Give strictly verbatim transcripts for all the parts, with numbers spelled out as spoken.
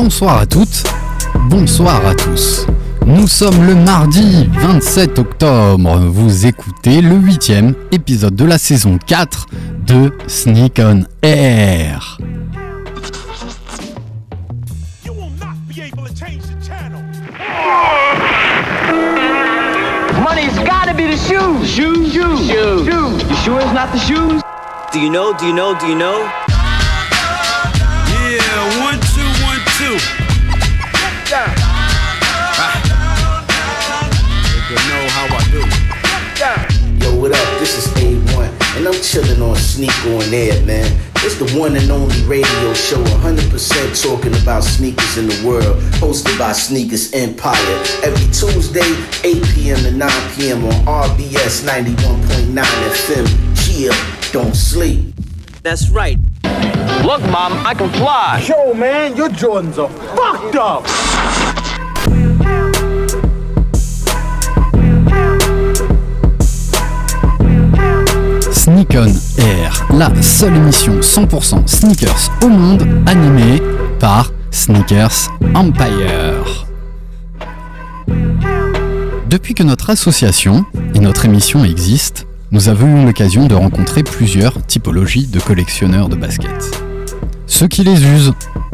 Bonsoir à toutes, bonsoir à tous. Nous sommes le mardi vingt-sept octobre. Vous écoutez le huitième épisode de la saison quatre de Sneak on Air. Money's gotta be the shoes. Shoes, shoes, shoes. Shoes. You sure it's not the shoes? Do you know? Do you know? Do you know? Yeah, one, two, one, two. Yeah. Ah. You know how I do. Yeah. Yo, what up? This is A one, and I'm chillin' on Sneak on Air, man. It's the one and only radio show, one hundred percent talking about sneakers in the world, hosted by Sneakers Empire. Every Tuesday, eight p.m. to nine p.m. on R B S ninety-one point nine F M. Chill, don't sleep. That's right. Look, Mom, I can fly. Yo, man, your Jordans are fucked up. Sneak on Air, la seule émission cent pour cent sneakers au monde, animée par Sneakers Empire. Depuis que notre association et notre émission existent, nous avons eu l'occasion de rencontrer plusieurs typologies de collectionneurs de baskets. Ceux qui les usent,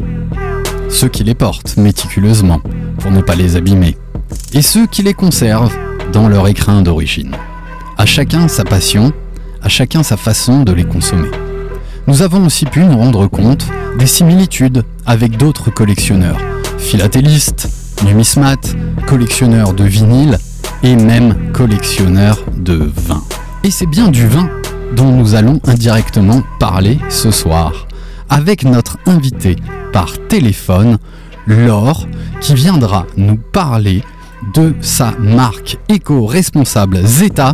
ceux qui les portent méticuleusement pour ne pas les abîmer, et ceux qui les conservent dans leur écrin d'origine. À chacun sa passion, à chacun sa façon de les consommer. Nous avons aussi pu nous rendre compte des similitudes avec d'autres collectionneurs, philatélistes, numismates, collectionneurs de vinyle et même collectionneurs de vin. Et c'est bien du vin dont nous allons indirectement parler ce soir, avec notre invité par téléphone, Laure, qui viendra nous parler de sa marque éco-responsable Zeta,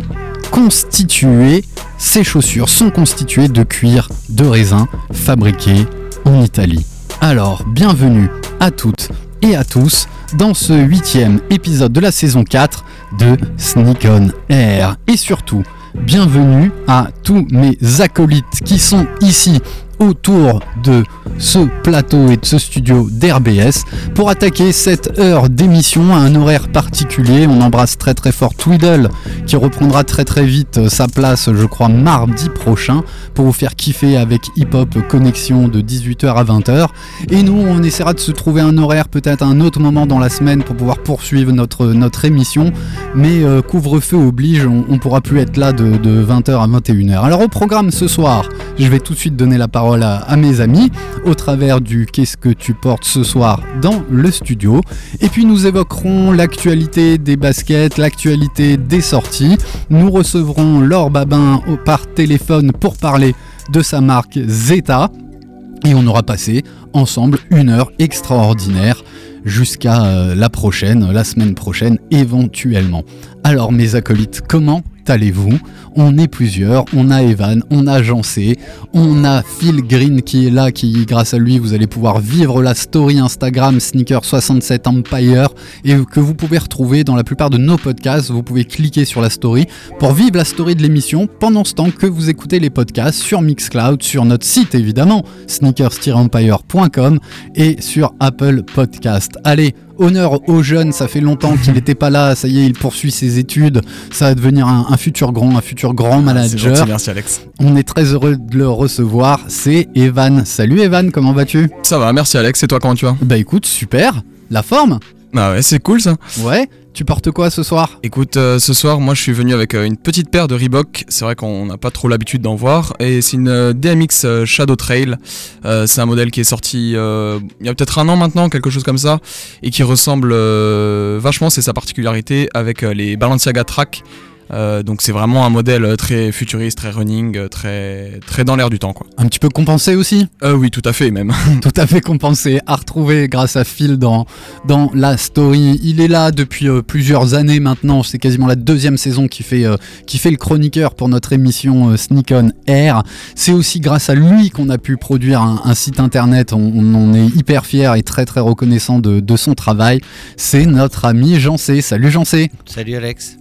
constituée, ces chaussures sont constituées de cuir de raisin fabriqué en Italie. Alors, bienvenue à toutes et à tous dans ce huitième épisode de la saison quatre de Sneak on Air. Et surtout, bienvenue à tous mes acolytes qui sont ici autour de ce plateau et de ce studio d'R B S pour attaquer cette heure d'émission à un horaire particulier. On embrasse très très fort Tweedle qui reprendra très très vite sa place, je crois, mardi prochain pour vous faire kiffer avec Hip Hop Connexion de dix-huit heures à vingt heures. Et nous, on essaiera de se trouver un horaire peut-être à un autre moment dans la semaine pour pouvoir poursuivre notre, notre émission. Mais euh, couvre-feu oblige, on ne pourra plus être là de, de vingt heures à vingt et une heures. Alors au programme ce soir, je vais tout de suite donner la parole à, à mes amis au travers du Qu'est-ce que tu portes ce soir dans le studio. Et puis nous évoquerons l'actualité des baskets, l'actualité des sorties. Nous recevrons Laure Babin par téléphone pour parler de sa marque Zeta. Et on aura passé ensemble une heure extraordinaire jusqu'à euh, la prochaine, la semaine prochaine éventuellement. Alors mes acolytes, comment allez-vous ? On est plusieurs, on a Evan, on a Jancé, on a Phil Green qui est là, qui grâce à lui vous allez pouvoir vivre la story Instagram Sneaker soixante-sept Empire et que vous pouvez retrouver dans la plupart de nos podcasts. Vous pouvez cliquer sur la story pour vivre la story de l'émission pendant ce temps que vous écoutez les podcasts sur Mixcloud, sur notre site évidemment sneakers tiret empire point com et sur Apple Podcast. Allez, honneur aux jeunes, ça fait longtemps qu'il n'était pas là, ça y est, il poursuit ses études, ça va devenir un, un futur grand, un futur grand manager. C'est gentil, merci Alex. On est très heureux de le recevoir, c'est Evan. Salut Evan, comment vas-tu ? Ça va, merci Alex, et toi comment tu vas ? Bah écoute, super, la forme ? Ah ouais, c'est cool ça. Ouais, tu portes quoi ce soir ? Écoute, euh, ce soir, moi je suis venu avec euh, une petite paire de Reebok, c'est vrai qu'on n'a pas trop l'habitude d'en voir, et c'est une euh, D M X euh, Shadow Trail, euh, c'est un modèle qui est sorti euh, il y a peut-être un an maintenant, quelque chose comme ça, et qui ressemble euh, vachement, c'est sa particularité, avec euh, les Balenciaga Track. Euh, donc c'est vraiment un modèle très futuriste, très running, très, très dans l'air du temps quoi. Un petit peu compensé aussi ? euh, Oui, tout à fait même. Tout à fait compensé, à retrouver grâce à Phil dans, dans la story. Il est là depuis euh, plusieurs années maintenant, c'est quasiment la deuxième saison qui fait, euh, qui fait le chroniqueur pour notre émission euh, Sneak on Air. C'est aussi grâce à lui qu'on a pu produire un, un site internet, on, on en est hyper fiers et très très reconnaissant de, de son travail. C'est notre ami Jancé. Salut Jancé. Salut Alex. Ça va ?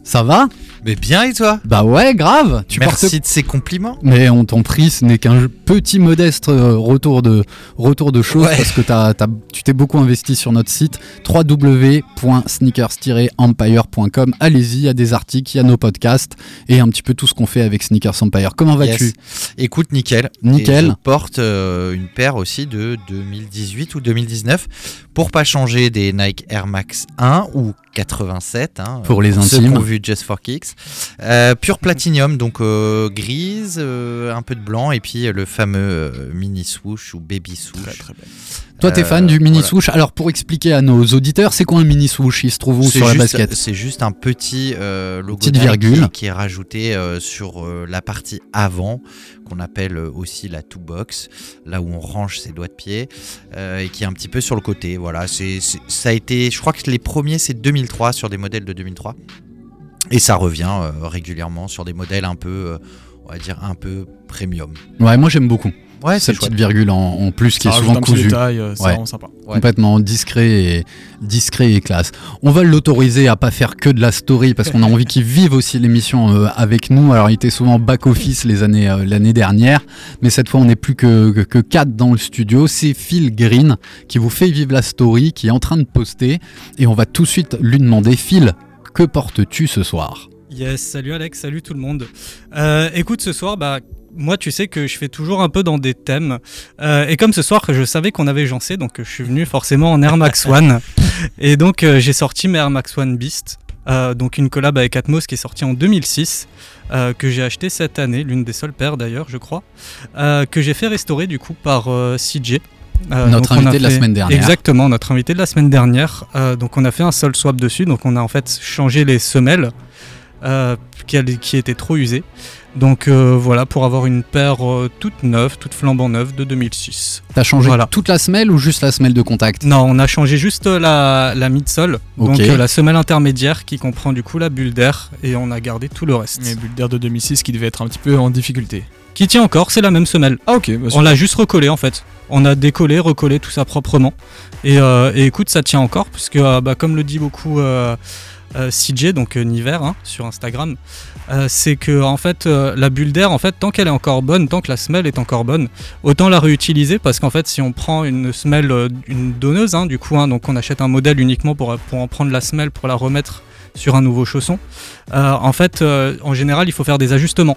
Mais bien et toi? Bah ouais, grave. Tu Merci portes... de ces compliments. Mais on t'en prie, ce n'est qu'un petit modeste euh, retour de retour de choses Ouais. parce que t'as, t'as, tu t'es beaucoup investi sur notre site w w w point sneakers tiret empire point com. Allez-y, il y a des articles, il y a nos podcasts et un petit peu tout ce qu'on fait avec Sneakers Empire. Comment vas-tu? Yes. Écoute, nickel. Nickel. Et je porte euh, une paire aussi de deux mille dix-huit ou deux mille dix-neuf pour pas changer des Nike Air Max un ou quatre-vingt-sept hein, Pour les ceux intimes. qu'on vu Just for Kicks. Euh, pure platinium, donc euh, grise, euh, un peu de blanc et puis euh, le fameux euh, mini swoosh ou baby swoosh. Très très belle. Toi, t'es Euh, fan du mini voilà. swoosh. Alors, pour expliquer à nos auditeurs, c'est quoi un mini swoosh? Il se trouve où C'est sur la juste- basket? C'est juste un petit euh, logo Petite Nike virgule. Qui, qui est rajouté euh, sur euh, la partie avant, qu'on appelle euh, aussi la two box, là où on range ses doigts de pied, euh, et qui est un petit peu sur le côté. Voilà, c'est, c'est- ça a été, je crois que les premiers c'est deux mille trois sur des modèles de deux mille trois, et ça revient euh, régulièrement sur des modèles un peu, euh, on va dire un peu premium. Ouais, moi j'aime beaucoup. Ouais, c'est Cette chouette. petite virgule en, en plus qui Ça est rajoute souvent un petit cousue. détail, euh, c'est Ouais. vraiment sympa. Ouais. Complètement discret et, discret et classe. On va l'autoriser à pas faire que de la story parce qu'on a envie qu'il vive aussi l'émission euh, avec nous. Alors il était souvent back office les années, euh, l'année dernière, mais cette fois on n'est plus que, que, que quatre dans le studio. C'est Phil Green qui vous fait vivre la story, qui est en train de poster et on va tout de suite lui demander, Phil, que portes-tu ce soir? Yes, salut Alex, salut tout le monde. Euh, écoute, ce soir, bah, moi tu sais que je fais toujours un peu dans des thèmes. Euh, et comme ce soir, je savais qu'on avait Jancé, donc je suis venu forcément en Air Max One. Et donc euh, j'ai sorti mes Air Max One Beast, euh, donc une collab avec Atmos qui est sortie en deux mille six, euh, que j'ai acheté cette année, l'une des seules paires d'ailleurs, je crois, euh, que j'ai fait restaurer du coup par euh, C J. Euh, Notre donc on a invité de la fait- semaine dernière. Exactement, notre invité de la semaine dernière. Euh, donc on a fait un sol swap dessus, donc on a en fait changé les semelles euh, qui, allaient- qui étaient trop usées. Donc euh, voilà, pour avoir une paire euh, toute neuve, toute flambant neuve de deux mille six. T'as changé Voilà. toute la semelle ou juste la semelle de contact? Non, on a changé juste la, la midsole, donc Ok. euh, la semelle intermédiaire qui comprend du coup la bulle d'air, et on a gardé tout le reste. Mais Bulle d'air de deux mille six qui devait être un petit peu en difficulté. Qui tient encore, c'est la même semelle. Ah ok, bah, On l'a juste recollé en fait. On a décollé, recollé tout ça proprement. Et, euh, et écoute, ça tient encore, puisque euh, bah, comme le dit beaucoup euh, euh, C J, donc euh, Niver, hein, sur Instagram, euh, c'est que en fait, euh, la bulle d'air, en fait, tant qu'elle est encore bonne, tant que la semelle est encore bonne, autant la réutiliser, parce qu'en fait, si on prend une semelle, euh, une donneuse, hein, du coup, hein, donc on achète un modèle uniquement pour, pour en prendre la semelle, pour la remettre sur un nouveau chausson, euh, en fait, euh, en général, il faut faire des ajustements.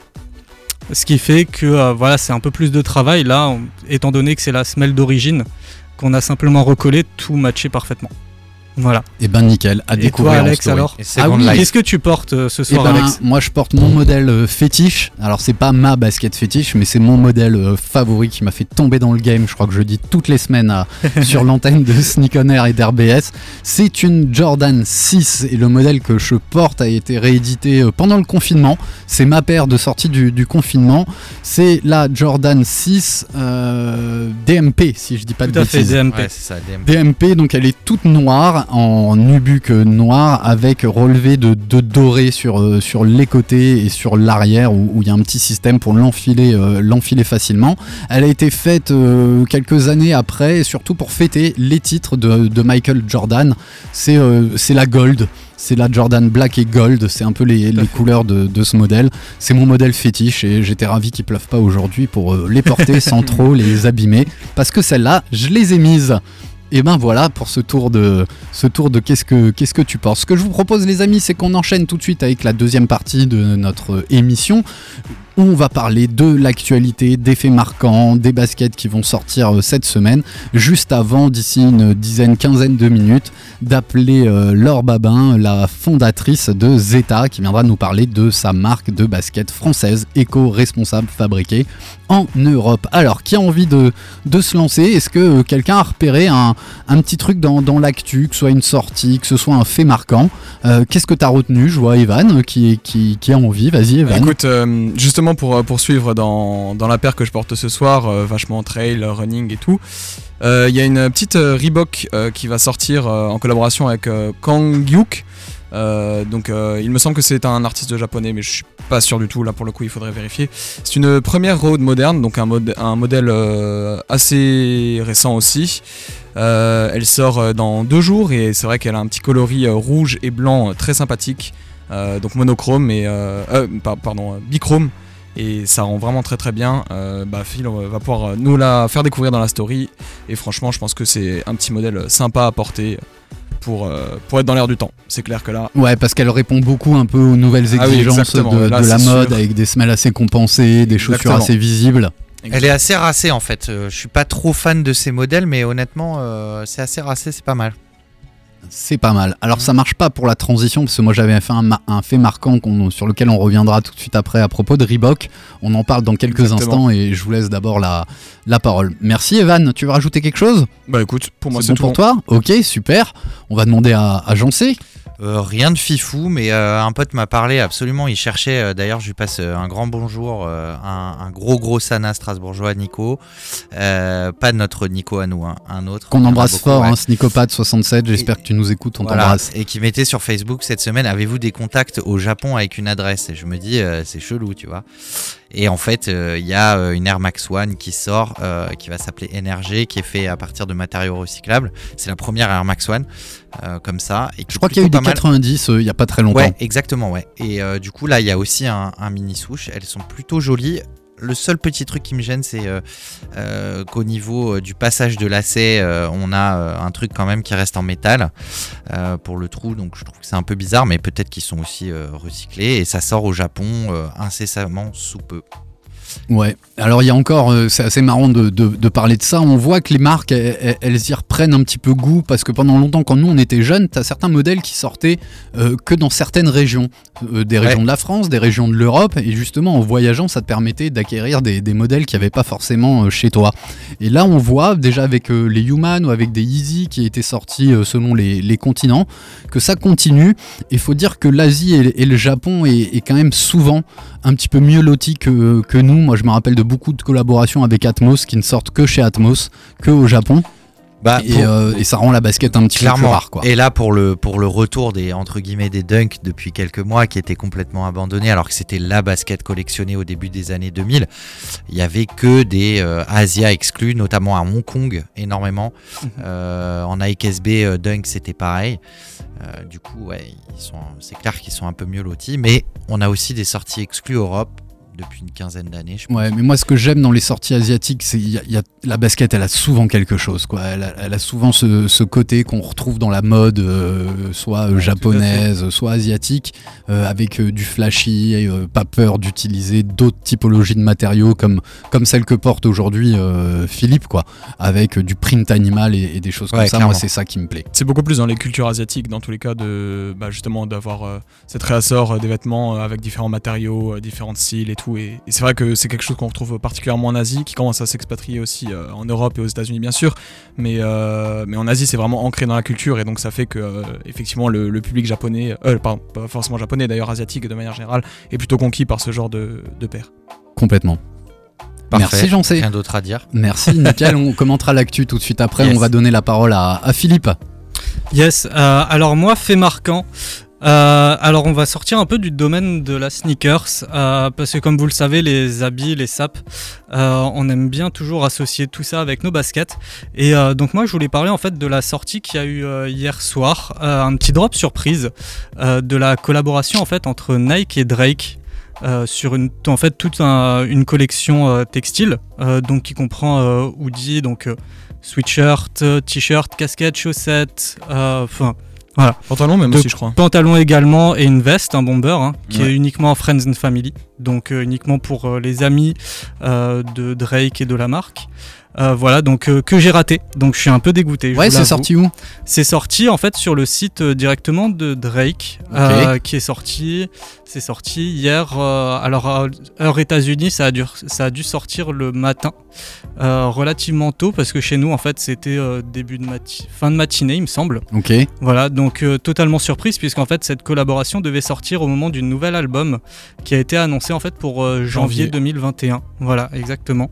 Ce qui fait que euh, voilà, c'est un peu plus de travail là, on- étant donné que c'est la semelle d'origine, qu'on a simplement recollé, tout matché parfaitement. Voilà. Et ben nickel, à Et découvrir toi, en Alex, story. alors Et Ah Second oui, Life. Qu'est-ce que tu portes euh, ce Eh soir, ben, Alex? moi je porte mon modèle euh, fétiche. Alors c'est pas ma basket fétiche, mais c'est mon modèle euh, favori qui m'a fait tomber dans le game. Je crois que je le dis toutes les semaines à- sur l'antenne de Sneak On Air et d'R B S. C'est une Jordan six et le modèle que je porte a été réédité euh, pendant le confinement. C'est ma paire de sortie du, du confinement. C'est la Jordan six euh, D M P, si je dis pas Tout de à fait, bêtises. D M P. Ouais, c'est ça, D M P. D M P, donc elle est toute noire, en nubuck noir, avec relevé de, de doré sur, euh, sur les côtés et sur l'arrière, où où il y a un petit système pour l'enfiler, euh, l'enfiler facilement. Elle a été faite euh, quelques années après, et surtout pour fêter les titres de, de Michael Jordan. C'est euh, c'est la Gold. C'est la Jordan Black et Gold, c'est un peu les, les couleurs de, de ce modèle. C'est mon modèle fétiche et j'étais ravi qu'il pleuve pas aujourd'hui pour euh, les porter sans trop les abîmer. Parce que celles-là, je les ai mises. Et ben voilà pour ce tour de ce tour de qu'est-ce que qu'est-ce que tu penses. Ce que je vous propose les amis, c'est qu'on enchaîne tout de suite avec la deuxième partie de notre émission. On va parler de l'actualité, des faits marquants, des baskets qui vont sortir euh, cette semaine. Juste avant, d'ici une dizaine, quinzaine de minutes, d'appeler euh, Laure Babin, la fondatrice de Zeta, qui viendra nous parler de sa marque de basket française, éco-responsable, fabriquée en Europe. Alors, qui a envie de, de se lancer? Est-ce que euh, quelqu'un a repéré un, un petit truc dans, dans l'actu, que ce soit une sortie, que ce soit un fait marquant? euh, Qu'est-ce que tu as retenu? Je vois Evan euh, qui, qui, qui a envie. Vas-y, Evan. Écoute, euh, justement pour euh, poursuivre dans, dans la paire que je porte ce soir, euh, vachement trail, running et tout, il euh, y a une petite euh, Reebok euh, qui va sortir euh, en collaboration avec euh, Kanghyuk. Euh, donc euh, il me semble que c'est un artiste japonais, mais je suis pas sûr du tout, là pour le coup il faudrait vérifier. C'est une première road moderne, donc un, mod- un modèle euh, assez récent aussi. Euh, elle sort euh, dans deux jours et c'est vrai qu'elle a un petit coloris euh, rouge et blanc euh, très sympathique, euh, donc monochrome et euh, euh, par- pardon, euh, bichrome. Et ça rend vraiment très très bien. Euh, bah, Phil euh, va pouvoir nous la faire découvrir dans la story. Et franchement, je pense que c'est un petit modèle sympa à porter pour, euh, pour être dans l'air du temps. C'est clair que là. Ouais, parce qu'elle répond beaucoup un peu aux nouvelles Ah oui, exigences exactement. de, Là, de la c'est mode, sûr. avec des semelles assez compensées, des chaussures Exactement. assez visibles. Elle est assez racée en fait. Euh, je suis pas trop fan de ces modèles, mais honnêtement, euh, c'est assez racé, c'est pas mal. C'est pas mal. Alors ça marche pas pour la transition parce que moi j'avais fait un, ma- un fait marquant qu'on- sur lequel on reviendra tout de suite après à propos de Reebok. On en parle dans quelques Exactement. instants et je vous laisse d'abord la, la parole. Merci Evan, tu veux rajouter quelque chose? Bah écoute, pour moi C'est c'est, bon tout pour toi? Ok, super. On va demander à, à Jancé. Euh, rien de fifou, mais euh, un pote m'a parlé absolument. Il cherchait, euh, d'ailleurs, je lui passe euh, un grand bonjour, euh, un, un gros gros sana strasbourgeois, Nico. Euh, pas notre Nico à nous, hein, un autre. Qu'on Il y en a embrasse beaucoup, fort, ouais. hein, Snicopad soixante-sept, j'espère que tu nous écoutes, on Voilà. t'embrasse. Et qui mettait sur Facebook cette semaine, avez-vous des contacts au Japon avec une adresse? Et je me dis, euh, c'est chelou, tu vois. Et en fait, il euh, y a euh, une Air Max One qui sort, euh, qui va s'appeler N R G, qui est fait à partir de matériaux recyclables. C'est la première Air Max One, euh, comme ça. Et Je crois qu'il y a eu des quatre-vingt-dix il euh, y a pas très longtemps. Ouais, exactement, ouais. Et euh, du coup, là, il y a aussi un, un mini souche. Elles sont plutôt jolies. Le seul petit truc qui me gêne, c'est euh, euh, qu'au niveau euh, du passage de lacet, euh, on a euh, un truc quand même qui reste en métal euh, pour le trou. Donc, je trouve que c'est un peu bizarre, mais peut-être qu'ils sont aussi euh, recyclés. Et ça sort au Japon euh, incessamment sous peu. Ouais, alors il y a encore, euh, c'est assez marrant de, de, de parler de ça, on voit que les marques, elles, elles y reprennent un petit peu goût, parce que pendant longtemps, quand nous on était jeunes, t'as certains modèles qui sortaient euh, que dans certaines régions, euh, des régions Ouais. de la France, des régions de l'Europe, et justement en voyageant, ça te permettait d'acquérir des, des modèles qu'il n'y avait pas forcément euh, chez toi. Et là on voit déjà avec euh, les Human ou avec des Yeezy qui étaient sortis euh, selon les, les continents, que ça continue. Il faut dire que l'Asie et, et le Japon est, est quand même souvent un petit peu mieux loti que, que nous. Moi, je me rappelle de beaucoup de collaborations avec Atmos qui ne sortent que chez Atmos, que au Japon. Bah, et, pour- euh, et ça rend la basket un petit peu plus Clairement. rare, quoi. Et là, pour le, pour le retour des, entre guillemets, des dunks depuis quelques mois qui étaient complètement abandonnés, alors que c'était la basket collectionnée au début des années deux mille, il y avait que des euh, Asia exclus, notamment à Hong Kong, énormément. Euh, en Nike S B, euh, Dunk, c'était pareil. Euh, du coup, ouais, ils sont, c'est clair qu'ils sont un peu mieux lotis, mais on a aussi des sorties exclues Europe depuis une quinzaine d'années, je pense. Ouais, mais moi, ce que j'aime dans les sorties asiatiques, c'est y a, y a, la basket, elle a souvent quelque chose, quoi. Elle a, elle a souvent ce, ce côté qu'on retrouve dans la mode, euh, soit euh, Ouais, japonaise, soit asiatique, euh, avec euh, du flashy, euh, pas peur d'utiliser d'autres typologies de matériaux comme, comme celle que porte aujourd'hui euh, Philippe, quoi, avec euh, du print animal et, et des choses comme Ouais, ça. clairement. Moi, c'est ça qui me plaît. C'est beaucoup plus dans les cultures asiatiques, dans tous les cas, de bah, justement d'avoir euh, cette réassort euh, des vêtements euh, avec différents matériaux, euh, différents styles et tout. Et, et c'est vrai que c'est quelque chose qu'on retrouve particulièrement en Asie, qui commence à s'expatrier aussi euh, en Europe et aux États-Unis, bien sûr. Mais, euh, mais en Asie, c'est vraiment ancré dans la culture, et donc ça fait que euh, effectivement le, le public japonais, euh, pardon, pas forcément japonais, d'ailleurs asiatique de manière générale, est plutôt conquis par ce genre de, de paire. Complètement. Parfait. Merci, Jean-C. Rien d'autre à dire. Merci, nickel. On commentera l'actu tout de suite après. Yes. On va donner la parole à, à Philippe. Yes, euh, alors moi, fait marquant. Euh, alors on va sortir un peu du domaine de la sneakers, euh, parce que comme vous le savez, les habits, les sapes, euh, on aime bien toujours associer tout ça avec nos baskets. Et euh, donc moi je voulais parler en fait de la sortie qu'il y a eu euh, hier soir, euh, un petit drop surprise euh, de la collaboration en fait entre Nike et Drake. Euh, sur une, en fait toute un, une collection euh, textile, euh, donc qui comprend euh, hoodie, donc euh, sweatshirt, euh, t-shirt, casquette, chaussettes, enfin euh, voilà. Pantalon même De aussi, je crois. Pantalon également, et une veste, un bomber, hein, qui Ouais. est uniquement Friends and Family, donc euh, uniquement pour euh, les amis euh, de Drake et de la marque. Euh, voilà, donc euh, que j'ai raté, donc je suis un peu dégoûté. je Ouais, vous c'est l'avoue. sorti où? C'est sorti en fait sur le site euh, directement de Drake, euh, qui est sorti, c'est sorti hier. euh, alors euh, heure États-Unis, ça a dû, ça a dû sortir le matin, euh, relativement tôt, parce que chez nous en fait c'était euh, début de mati- fin de matinée, il me semble. Ok. Voilà, donc euh, totalement surprise, puisqu'en fait cette collaboration devait sortir au moment du nouvel album qui a été annoncé en fait pour euh, janvier, Janvier. deux mille vingt et un. Voilà, exactement.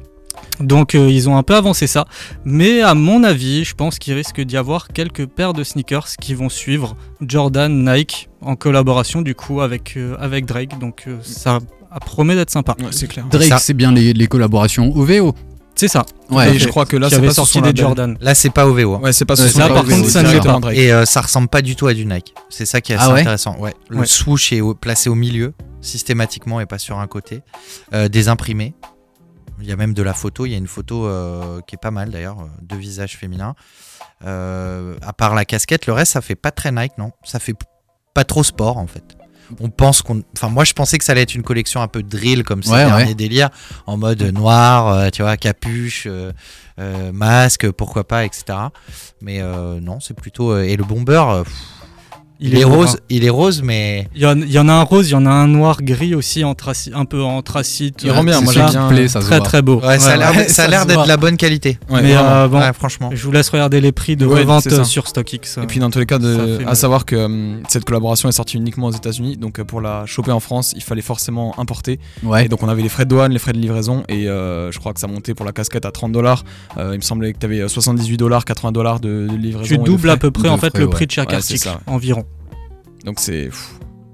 Donc euh, ils ont un peu avancé ça, mais à mon avis, je pense qu'il risque d'y avoir quelques paires de sneakers qui vont suivre Jordan, Nike, en collaboration du coup avec, euh, avec Drake, donc euh, ça promet d'être sympa. Ouais, c'est clair. Drake, Ça- c'est bien les, les collaborations O V O. C'est ça. Ouais, Et je crois que là, qui c'est avait pas sur sorti son des label. Jordan. Là, c'est pas O V O. Hein. Ouais, c'est pas Ouais, sur son ça, label, par contre, c'est ça ne l'est directement pas. Drake. Et euh, ça ressemble pas du tout à du Nike. C'est ça qui est assez Ah ouais intéressant. Ouais. Le Ouais. swoosh est au- placé au milieu, systématiquement, et pas sur un côté. Euh, des imprimés. Il y a même de la photo. Il y a une photo euh, qui est pas mal d'ailleurs, euh, de visage féminin. Euh, à part la casquette, le reste, ça fait pas très Nike, non. Ça fait p- pas trop sport en fait. On pense qu'on. Enfin, moi, je pensais que ça allait être une collection un peu drill comme ces Ouais, derniers ouais. délires, en mode noir, euh, tu vois, capuche, euh, euh, masque, pourquoi pas, et cetera. Mais euh, non, c'est plutôt. euh, et le bomber, euh, pff, il, est rose, il est rose, mais Il y, en, il y en a un rose, il y en a un noir gris aussi, anthraci- un peu anthracite. Il rend bien, C'est moi ça j'aime qui bien. te plaît, ça se Très voit. très beau. ouais, ça a l'air, ouais, ça a se l'air d'être voit. de la bonne qualité. Ouais, Mais vraiment. euh, bon, Ouais, franchement. je vous laisse regarder les prix de Ouais, revente c'est ça. euh, sur StockX. Et puis dans tous les cas, Ça de, fait à mal. savoir que hum, cette collaboration est sortie uniquement aux États-Unis, donc euh, pour la choper en France, il fallait forcément importer. Ouais. Et donc on avait les frais de douane, les frais de livraison, et euh, je crois que ça montait pour la casquette à trente dollars. Euh, il me semblait que tu avais soixante-dix-huit dollars, quatre-vingts dollars de, de livraison. tu et de doubles frais. à peu près De en fait frais, le ouais. prix de chaque Ouais, c'est article ça. environ. Donc c'est. pff,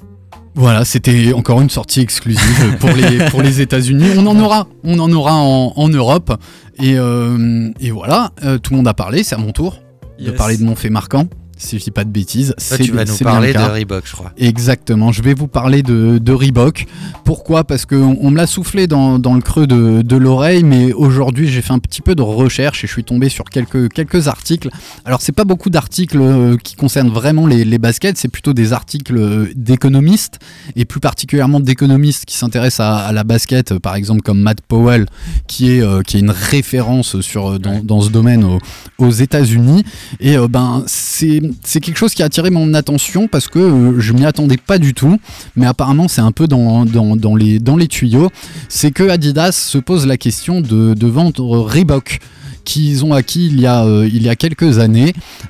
Voilà, c'était encore une sortie exclusive pour les, pour les États-Unis. On en aura, on en aura en, en Europe. Et, euh, et voilà, euh, tout le monde a parlé, c'est à mon tour de Yes. parler de mon fait marquant. Si je dis pas de bêtises, Toi, c'est tu vas nous c'est bien parler le de cas. Reebok, je crois. Exactement, je vais vous parler de, de Reebok. Pourquoi ? Parce qu'on on me l'a soufflé dans, dans le creux de, de l'oreille, mais aujourd'hui j'ai fait un petit peu de recherche et je suis tombé sur quelques, quelques articles. Alors c'est pas beaucoup d'articles euh, qui concernent vraiment les, les baskets, c'est plutôt des articles euh, d'économistes, et plus particulièrement d'économistes qui s'intéressent à, à la basket, euh, par exemple comme Matt Powell, qui est, euh, qui est une référence sur, euh, dans, dans ce domaine aux, aux États-Unis. Et euh, ben c'est c'est quelque chose qui a attiré mon attention parce que euh, je m'y attendais pas du tout, mais apparemment c'est un peu dans, dans, dans, les, dans les tuyaux. C'est que Adidas se pose la question de, de vendre Reebok qu'ils ont acquis il y a, euh, il y a quelques années.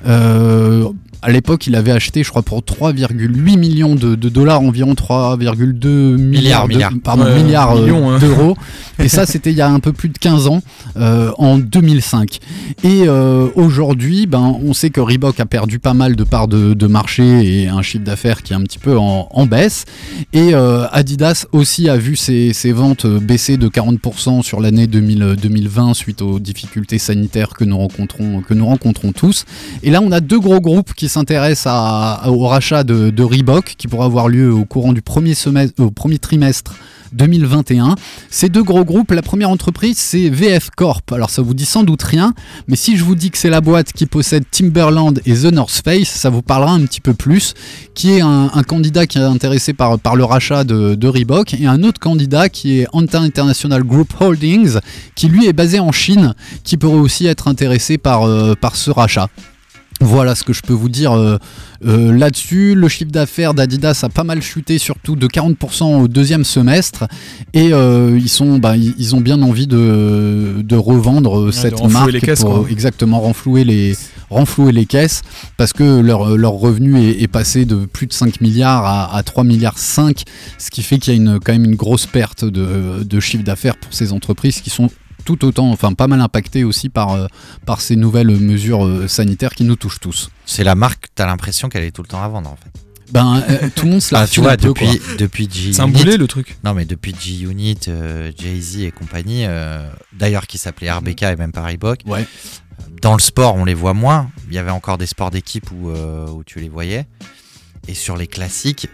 Euh, à l'époque, il avait acheté, je crois, pour trois virgule huit millions de, de dollars, environ trois virgule deux milliards, Milliards, de- milliards. pardon, Ouais, milliards euh, millions, hein. d'euros. Et ça, c'était il y a un peu plus de quinze ans, euh, en deux mille cinq. Et euh, aujourd'hui, ben, on sait que Reebok a perdu pas mal de parts de, de marché et un chiffre d'affaires qui est un petit peu en, en baisse. Et euh, Adidas aussi a vu ses, ses ventes baisser de quarante pour cent sur l'année deux mille, deux mille vingt suite aux difficultés sanitaires que nous rencontrons, que nous rencontrons tous. Et là, on a deux gros groupes qui s'intéressent à, à- au rachat de, de Reebok qui pourra avoir lieu au courant du premier, semestre, au premier trimestre deux mille vingt et un. Ces deux gros groupes, la première entreprise, c'est V F Corp. Alors ça vous dit sans doute rien, mais si je vous dis que c'est la boîte qui possède Timberland et The North Face, ça vous parlera un petit peu plus, qui est un, un candidat qui est intéressé par, par le rachat de, de Reebok, et un autre candidat qui est Anta International Group Holdings, qui lui est basé en Chine, qui pourrait aussi être intéressé par, euh, par ce rachat. Voilà ce que je peux vous dire euh, euh, là-dessus. Le chiffre d'affaires d'Adidas a pas mal chuté, surtout de quarante pour cent au deuxième semestre. Et euh, ils, sont, bah, ils, ils ont bien envie de, de revendre euh, Ouais, cette de renflouer marque les caisses, pour quoi. exactement renflouer les, renflouer les caisses, parce que leur, leur revenu est, est passé de plus de cinq milliards à, à trois virgule cinq milliards, ce qui fait qu'il y a une, quand même une grosse perte de, de chiffre d'affaires pour ces entreprises qui sont tout autant, enfin pas mal impacté aussi par, euh, par ces nouvelles mesures euh, sanitaires qui nous touchent tous. C'est la marque, t'as l'impression qu'elle est tout le temps à vendre en fait. Ben, euh, tout le monde se la Ah, tu refile vois, un peu, depuis, quoi. depuis G-Unit. C'est un boulet le truc. Non, mais depuis G-Unit, euh, Jay-Z et compagnie, euh, d'ailleurs qui s'appelait R B K et même pas Reebok, Ouais. dans le sport, on les voit moins. Il y avait encore des sports d'équipe où, euh, où tu les voyais. Et sur les classiques,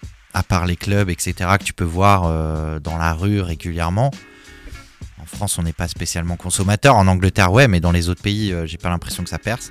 à part les clubs, et cetera, que tu peux voir euh, dans la rue régulièrement, en France, on n'est pas spécialement consommateur. En Angleterre, ouais, mais dans les autres pays, euh, j'ai pas l'impression que ça perce.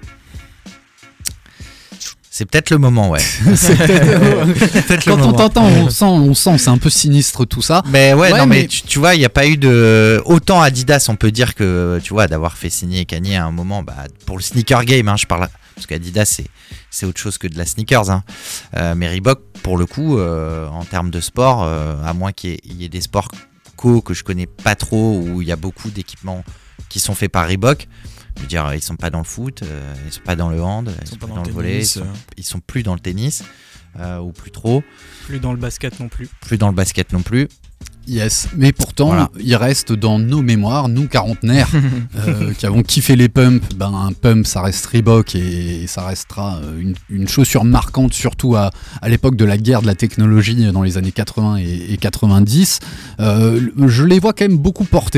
C'est peut-être le moment, ouais. C'est peut-être- Peut-être le Quand on moment. t'entend, on sent, on sent, c'est un peu sinistre tout ça. Mais ouais, Ouais, non, mais, mais- tu, tu vois, il n'y a pas eu de. Autant Adidas, on peut dire que, tu vois, d'avoir fait signer Kanye à un moment, bah, pour le sneaker game, hein, je parle. Parce qu'Adidas, c'est, c'est autre chose que de la sneakers. Hein. Euh, mais Reebok, pour le coup, euh, en termes de sport, euh, à moins qu'il y ait, il y ait des sports co que je connais pas trop, où il y a beaucoup d'équipements qui sont faits par Reebok. Je veux dire, ils sont pas dans le foot, euh, ils sont pas dans le hand, ils, sont pas dans, le volley, ils tennis, sont, euh. ils sont plus dans le tennis, euh, ou plus trop, Plus dans le basket non plus. plus dans le basket non plus. Yes, mais pourtant, Voilà. il reste dans nos mémoires, nous quarantenaires, euh, qui avons kiffé les pumps. Ben, un pump, ça reste Reebok et ça restera euh, une, une chaussure marquante, surtout à, à l'époque de la guerre de la technologie dans les années quatre-vingts et, et quatre-vingt-dix. Euh, je les vois quand même beaucoup portés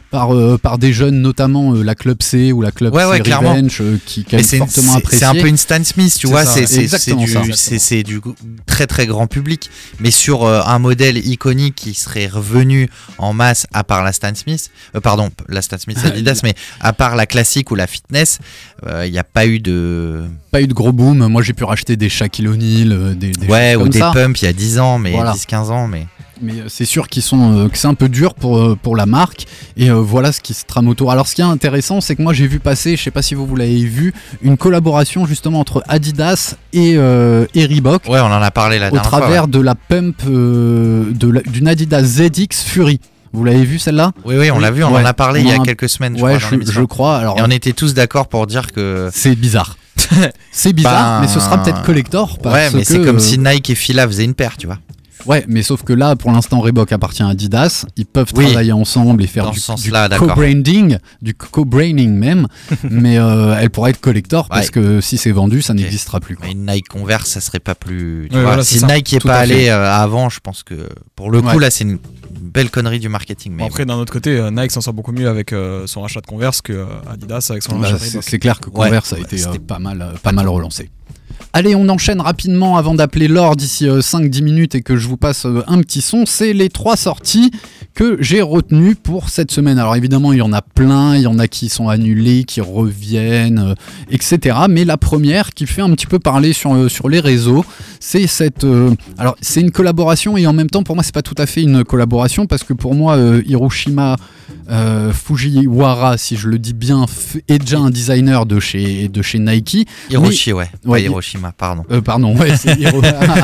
par, euh, par des jeunes, notamment euh, la Club C ou la Club Ouais, C ouais, clairement. Revenge, euh, qui, qui aiment c'est, fortement c'est, apprécié. c'est un peu une Stan Smith, tu C'est vois, ça, c'est, ouais. c'est, c'est, Exactement du, ça. c'est, c'est du très très grand public, mais sur euh, un modèle iconique qui serait revenu en masse, à part la Stan Smith, euh, pardon, la Stan Smith Adidas, mais à part la classique ou la fitness, il euh, n'y a pas eu de... Pas eu de gros boom. Moi, j'ai pu racheter des Shaquille O'Neal, euh, des, des Ouais, choses ou comme des ça. pumps il y a dix ans, mais Voilà. dix quinze ans, mais... Mais euh, c'est sûr qu'ils sont, euh, que c'est un peu dur pour, euh, pour la marque. Et euh, voilà ce qui se trame autour. Alors, ce qui est intéressant, c'est que moi, j'ai vu passer, je sais pas si vous, vous l'avez vu, une collaboration justement entre Adidas et, euh, et Reebok. Ouais, on en a parlé la Au dernière fois. travers ouais. de la pump euh, de la- d'une Adidas Z X Fury. Vous l'avez vu celle-là? Oui, oui, on l'a vu, on Ouais. en a parlé On il y a en a- quelques semaines, je Ouais, crois, dans je, l'émission. je crois. Alors, Et on était tous d'accord pour dire que... c'est bizarre. C'est bizarre, Ben, mais ce sera peut-être collector. Parce Ouais, mais que, c'est comme euh, si Nike et Fila faisaient une paire, tu vois. Ouais, mais sauf que là, pour l'instant, Reebok appartient à Adidas. Ils peuvent Oui. travailler ensemble et faire Dans du, ce sens-là, du d'accord. co-branding, du co-branding même. mais euh, elle pourrait être collector parce Ouais. que si c'est vendu, ça n'existera plus. Quoi. Mais une Nike Converse, ça serait pas plus. Tu Ouais, vois, voilà, si c'est ça. Nike est Tout pas à fait. allé euh, avant, je pense que pour le coup, Ouais. là, c'est une belle connerie du marketing. Mais Bon, après, d'un autre côté, euh, Nike s'en sort beaucoup mieux avec euh, son rachat de Converse que euh, Adidas avec son Bah, rachat de c'est, Reebok. c'est clair que Ouais. Converse a Ouais, été euh, c'était- pas mal, euh, pas mal relancé. Allez, on enchaîne rapidement avant d'appeler Laure d'ici euh, cinq dix minutes et que je vous passe euh, un petit son. C'est les trois sorties que j'ai retenues pour cette semaine. Alors évidemment, il y en a plein, il y en a qui sont annulés, qui reviennent, euh, et cetera. Mais la première qui fait un petit peu parler sur, euh, sur les réseaux, c'est cette... euh, alors c'est une collaboration et en même temps, pour moi, c'est pas tout à fait une collaboration parce que pour moi, euh, Hiroshima... Euh, Fujiwara, si je le dis bien, f- est déjà un designer de chez, de chez Nike. Hiroshi, ouais. Pas Ouais, Hiroshima, pardon. Euh, pardon, ouais, c'est Hiro-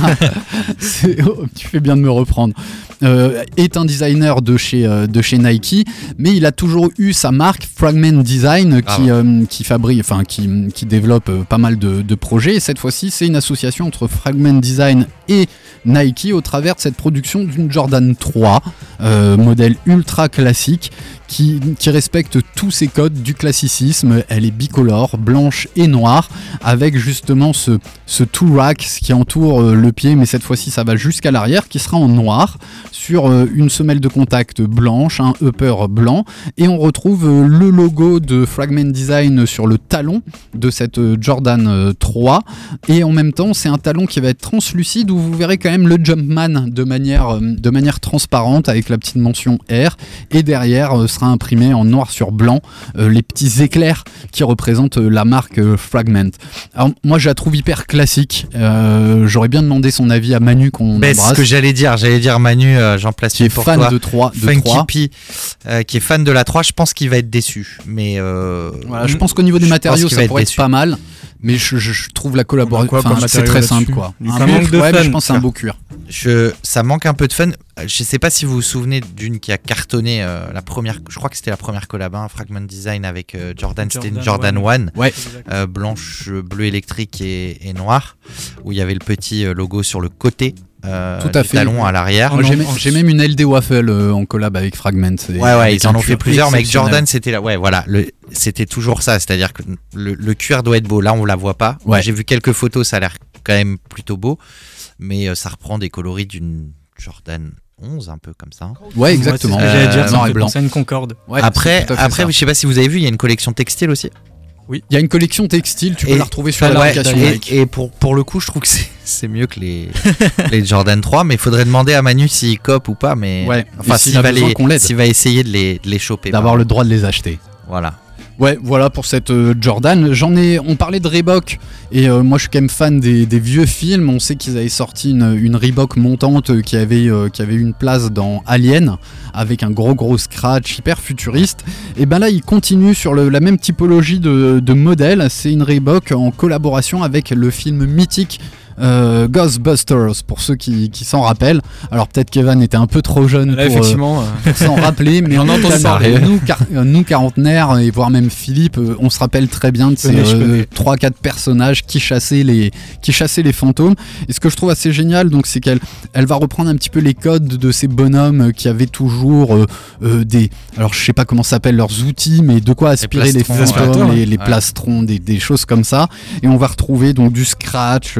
C'est- oh, tu fais bien de me reprendre. Euh, est un designer de chez, euh, de chez Nike, mais il a toujours eu sa marque Fragment Design qui, Ah ouais. euh, qui fabrique, enfin qui, qui développe euh, pas mal de, de projets. Et cette fois-ci, c'est une association entre Fragment Design et Nike au travers de cette production d'une Jordan trois, euh, modèle ultra classique. Qui, qui respecte tous ces codes du classicisme. Elle est bicolore, blanche et noire, avec justement ce, ce two rack qui entoure euh, le pied, mais cette fois-ci ça va jusqu'à l'arrière, qui sera en noir, sur euh, une semelle de contact blanche, un upper blanc, et on retrouve euh, le logo de Fragment Design sur le talon de cette euh, Jordan euh, trois, et en même temps c'est un talon qui va être translucide, où vous verrez quand même le Jumpman de manière, euh, de manière transparente, avec la petite mention R, et derrière euh, sera imprimé en noir sur blanc euh, les petits éclairs qui représentent euh, la marque euh, Fragment. Alors moi je la trouve hyper classique. Euh, j'aurais bien demandé son avis à Manu qu'on Mais c'est ce embrasse, que j'allais dire. J'allais dire Manu, euh, j'en place qui est une pour fan toi. de trois, de Funky trois. P, euh, qui est fan de la trois, je pense qu'il va être déçu. Mais euh, Voilà, je pense qu'au niveau des je matériaux pense qu'il ça va pourrait être être pas mal, mais je, je- je trouve la collaboration, quoi comme enfin, c'est matériau très là-dessus simple quoi. Du Un Ça beau- manque de ouais, mais fun. je pense que c'est un beau cuir. Je, ça manque un peu de fun. Je sais pas si vous vous souvenez d'une qui a cartonné euh, la première. Je crois que c'était la première collab, hein, Fragment Design avec euh, Jordan. C'était une Jordan Jordan One. One, euh, blanche, bleu électrique et, et noire, où il y avait le petit euh, logo sur le côté. Euh, Tout à du fait. talon à l'arrière. Moi, j'ai, en- même- en- j'ai même une L D Waffle euh, en collab avec Fragment. C'est- Ouais, ouais, avec ils en un ont fait cuir plusieurs, mais avec exceptionnel. Jordan, c'était là. Ouais, voilà, le, c'était toujours ça. C'est-à-dire que le, le cuir doit être beau. Là, on la voit pas. Ouais. J'ai vu quelques photos, ça a l'air quand même plutôt beau, mais euh, ça reprend des coloris d'une Jordan onze, un peu comme ça. Ouais, exactement. Ouais, c'est ce que j'allais dire, Euh, ça noir me et fait blanc. penser à une Concorde. Ouais, après, c'est tout à fait après, ça. je sais pas si vous avez vu, il y a une collection textile aussi. Il y a une collection textile, tu peux Et- la retrouver sur Ouais, l'application et, Nike. et pour, pour le coup, je trouve que c'est, c'est mieux que les, les Jordan trois, mais il faudrait demander à Manu s'il cope ou pas. Mais Ouais, enfin, et s'il s'il a va, besoin les, qu'on l'aide. s'il va essayer de les, de les choper. D'avoir pardon. le droit de les acheter. Voilà. Ouais, voilà pour cette euh, Jordan. J'en ai, on parlait de Reebok et euh, moi je suis quand même fan des, des vieux films. On sait qu'ils avaient sorti une, une Reebok montante euh, qui avait, euh, qui avait eu une place dans Alien avec un gros gros scratch hyper futuriste. Et ben là ils continuent sur le, la même typologie de, de modèle. C'est une Reebok en collaboration avec le film mythique Euh, Ghostbusters, pour ceux qui, qui s'en rappellent. Alors peut-être qu'Evan était un peu trop jeune Là, pour, euh, effectivement, euh, pour s'en rappeler, mais J'en ai en entendu tout cas, parler. nous, car- euh, nous quarantenaires, et voire même Philippe, euh, on se rappelle très bien de ces connais, je connais. trois quatre personnages qui chassaient, les, qui chassaient les fantômes. Et ce que je trouve assez génial, donc, c'est qu'elle elle va reprendre un petit peu les codes de ces bonhommes qui avaient toujours euh, euh, des... Alors je sais pas comment s'appellent leurs outils, mais de quoi aspirer les, plastrons, fantômes, aspirateurs, les, les ouais. plastrons, des, des choses comme ça. Et on va retrouver donc du scratch sur l'avant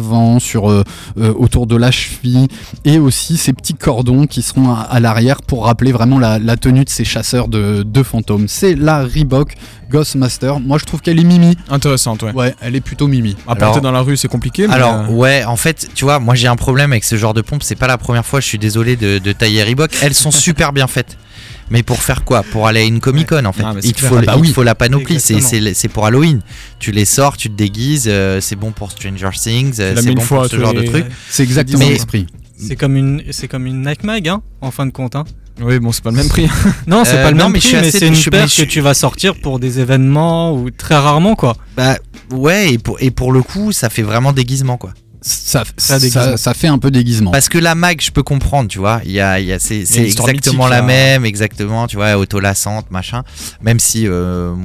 l'avant, sur euh, euh, autour de la cheville, et aussi ces petits cordons qui seront à, à l'arrière pour rappeler vraiment la, la tenue de ces chasseurs de, de fantômes. C'est la Reebok Ghostmaster. Moi je trouve qu'elle est mimi. Intéressante, ouais. Ouais, elle est plutôt mimi. À porter dans la rue, c'est compliqué. Mais alors, euh... ouais, en fait, tu vois, moi j'ai un problème avec ce genre de pompe. C'est pas la première fois, je suis désolé de, de tailler Reebok. Elles sont super bien faites. Mais pour faire quoi? Pour aller à une Comic-Con ouais. en fait. Ah, il te faut, ah bah oui. il faut la panoplie, c'est, c'est, c'est pour Halloween. Tu les sors, tu te déguises, euh, c'est bon pour Stranger Things, euh, c'est bon fois, pour ce genre les... de truc. C'est exactement l'esprit. C'est comme une, c'est comme une Nike Mag, hein, en fin de compte. Hein. Oui, bon, c'est pas le même prix. non, c'est euh, pas le non, même mais prix, mais c'est une paire que tu vas sortir pour des événements ou très rarement, quoi. Bah ouais, et pour, et pour le coup, ça fait vraiment déguisement, quoi. Ça, ça, ça, ça fait un peu déguisement. Parce que la mag, je peux comprendre, tu vois. Il y a, il y a, c'est, c'est exactement mythique, la là. même, exactement, tu vois, autolassante, machin. Même si, euh,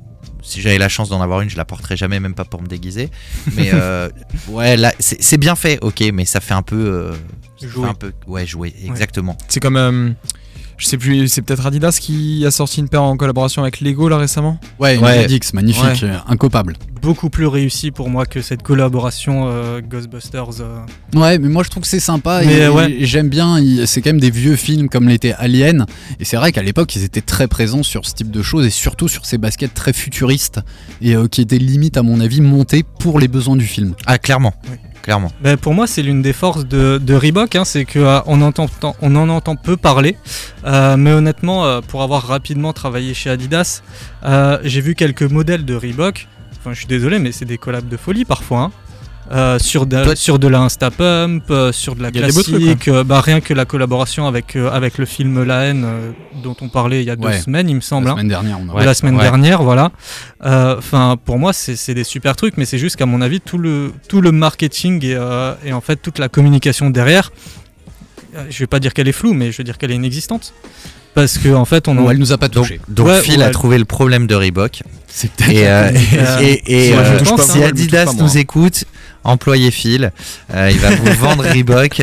si j'avais la chance d'en avoir une, je la porterais jamais, même pas pour me déguiser. Mais euh, ouais, là, c'est, c'est bien fait, ok, mais ça fait un peu, euh, jouer. Fait un peu, ouais, jouer, exactement. Ouais. C'est comme. Euh... Je sais plus, c'est peut-être Adidas qui a sorti une paire en collaboration avec Lego là récemment. Ouais, une ouais. X, magnifique, ouais. euh, incopable. Beaucoup plus réussi pour moi que cette collaboration euh, Ghostbusters. Euh... Ouais, mais moi je trouve que c'est sympa mais et, ouais. et j'aime bien. C'est quand même des vieux films comme l'était Alien. Et c'est vrai qu'à l'époque ils étaient très présents sur ce type de choses et surtout sur ces baskets très futuristes et euh, qui étaient limite à mon avis montées pour les besoins du film. Ah clairement. Oui. Clairement. Ben pour moi, c'est l'une des forces de, de Reebok, hein, c'est qu'on euh, entend, on en entend peu parler. Euh, mais honnêtement, euh, pour avoir rapidement travaillé chez Adidas, euh, j'ai vu quelques modèles de Reebok. Enfin, je suis désolé, mais c'est des collabs de folie parfois. Hein. Euh, sur, de, Toi, sur de la Instapump, euh, sur de la classique, euh, bah, rien que la collaboration avec, euh, avec le film La Haine euh, dont on parlait il y a deux ouais. semaines, il me semble. La hein. semaine dernière. On a... ouais. La semaine ouais. dernière, voilà. Enfin, euh, pour moi, c'est, c'est des super trucs, mais c'est juste qu'à mon avis, tout le, tout le marketing et, euh, et en fait toute la communication derrière, euh, je vais pas dire qu'elle est floue, mais je veux dire qu'elle est inexistante. Parce que en fait, on en... ouais, elle nous a pas touché. Donc, donc ouais, Phil ouais. a trouvé le problème de Reebok. C'est peut-être. Et, euh, et, et, et euh, pense, si hein, Adidas pas, nous écoute, employez Phil. Euh, il va vous vendre Reebok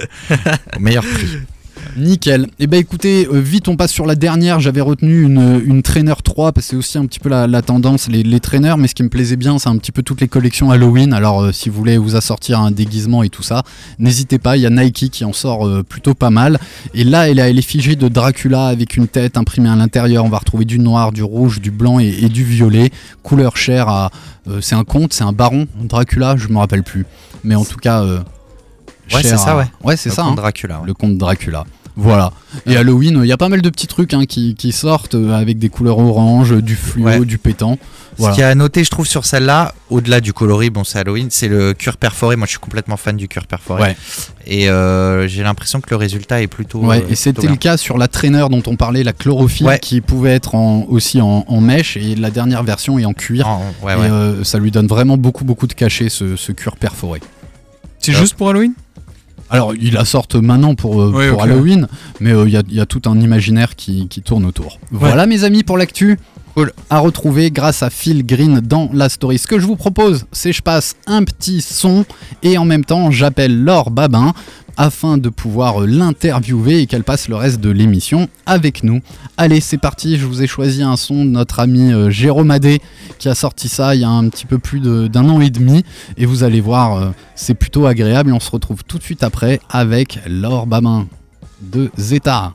au meilleur prix. Nickel. Et bah écoutez, euh, vite on passe sur la dernière. J'avais retenu une, une Trainer trois parce que c'est aussi un petit peu la, la tendance, les, les traîneurs. Mais ce qui me plaisait bien, c'est un petit peu toutes les collections Halloween. Alors euh, si vous voulez vous assortir un déguisement et tout ça, n'hésitez pas. Il y a Nike qui en sort euh, plutôt pas mal. Et là, elle a l'effigie de Dracula avec une tête imprimée à l'intérieur. On va retrouver du noir, du rouge, du blanc et, et du violet. Couleur chère à... Euh, c'est un comte, c'est un baron Dracula, je me rappelle plus. Mais en tout cas... Euh, ouais, c'est ça, à... ouais. Ouais, c'est le ça. Comte hein. Dracula. Ouais. Le comte Dracula. Voilà. Et Halloween, il y a pas mal de petits trucs hein, qui, qui sortent euh, avec des couleurs orange, du fluo, ouais. du pétant. Voilà. Ce qu'il y a à noter, je trouve, sur celle-là, au-delà du coloris, bon, c'est Halloween, c'est le cuir perforé. Moi, je suis complètement fan du cuir perforé. Ouais. Et euh, j'ai l'impression que le résultat est plutôt. Ouais, euh, et c'était le cas sur la Trainer dont on parlait, la chlorophylle, ouais. qui pouvait être en, aussi en, en mèche, et la dernière version est en cuir. En, ouais, et ouais. Euh, ça lui donne vraiment beaucoup, beaucoup de cachet, ce, ce cuir perforé. C'est ouais. juste pour Halloween ? Alors, ils la sortent maintenant pour, euh, oui, pour okay. Halloween, mais il euh, y, y a tout un imaginaire qui, qui tourne autour. Ouais. Voilà, mes amis, pour l'actu. Cool. À retrouver grâce à Phil Green dans la story. Ce que je vous propose, c'est que je passe un petit son et en même temps, j'appelle Laure Babin afin de pouvoir l'interviewer et qu'elle passe le reste de l'émission avec nous. Allez, c'est parti, je vous ai choisi un son de notre ami euh, Jérôme Adé qui a sorti ça il y a un petit peu plus de, d'un an et demi et vous allez voir, euh, c'est plutôt agréable et on se retrouve tout de suite après avec Laure Babin de Zeta.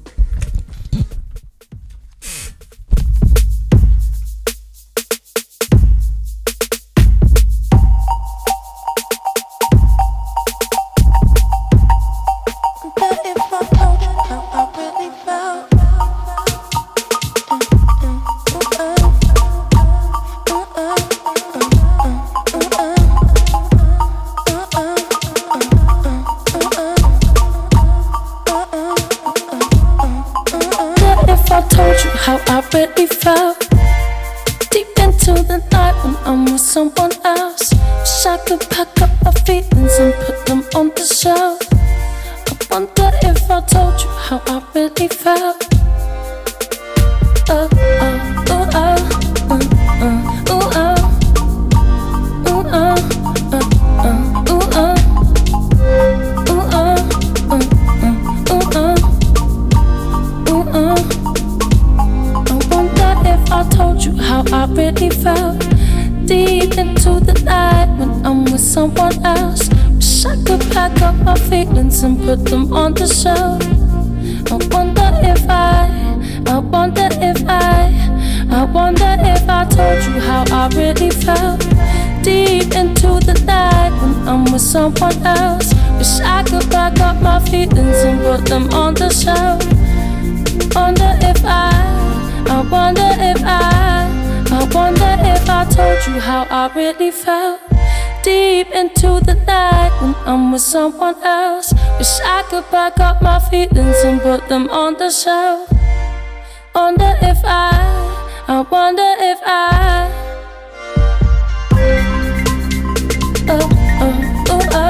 How I really felt deep into the night when I'm with someone else. Wish I could pack up my feelings and put them on the shelf. I wonder if I told you how I really felt. Oh, oh, oh, oh, uh, uh, oh, oh, oh, oh, uh, uh, oh, oh, oh, oh, uh, uh, oh, oh. I told you how I really felt. deep into the night when I'm with someone else. Wish I could pack up my feelings and put them on the shelf. I wonder if I, I wonder if I, I wonder if I told you how I really felt. Deep into the night when I'm with someone else. Wish I could pack up my feelings and put them on the shelf. Wonder if I, I wonder if I, I wonder if I told you how I really felt. Deep into the night when I'm with someone else. Wish I could pack up my feelings and put them on the shelf. Wonder if I, I wonder if I. Oh, oh, oh, oh.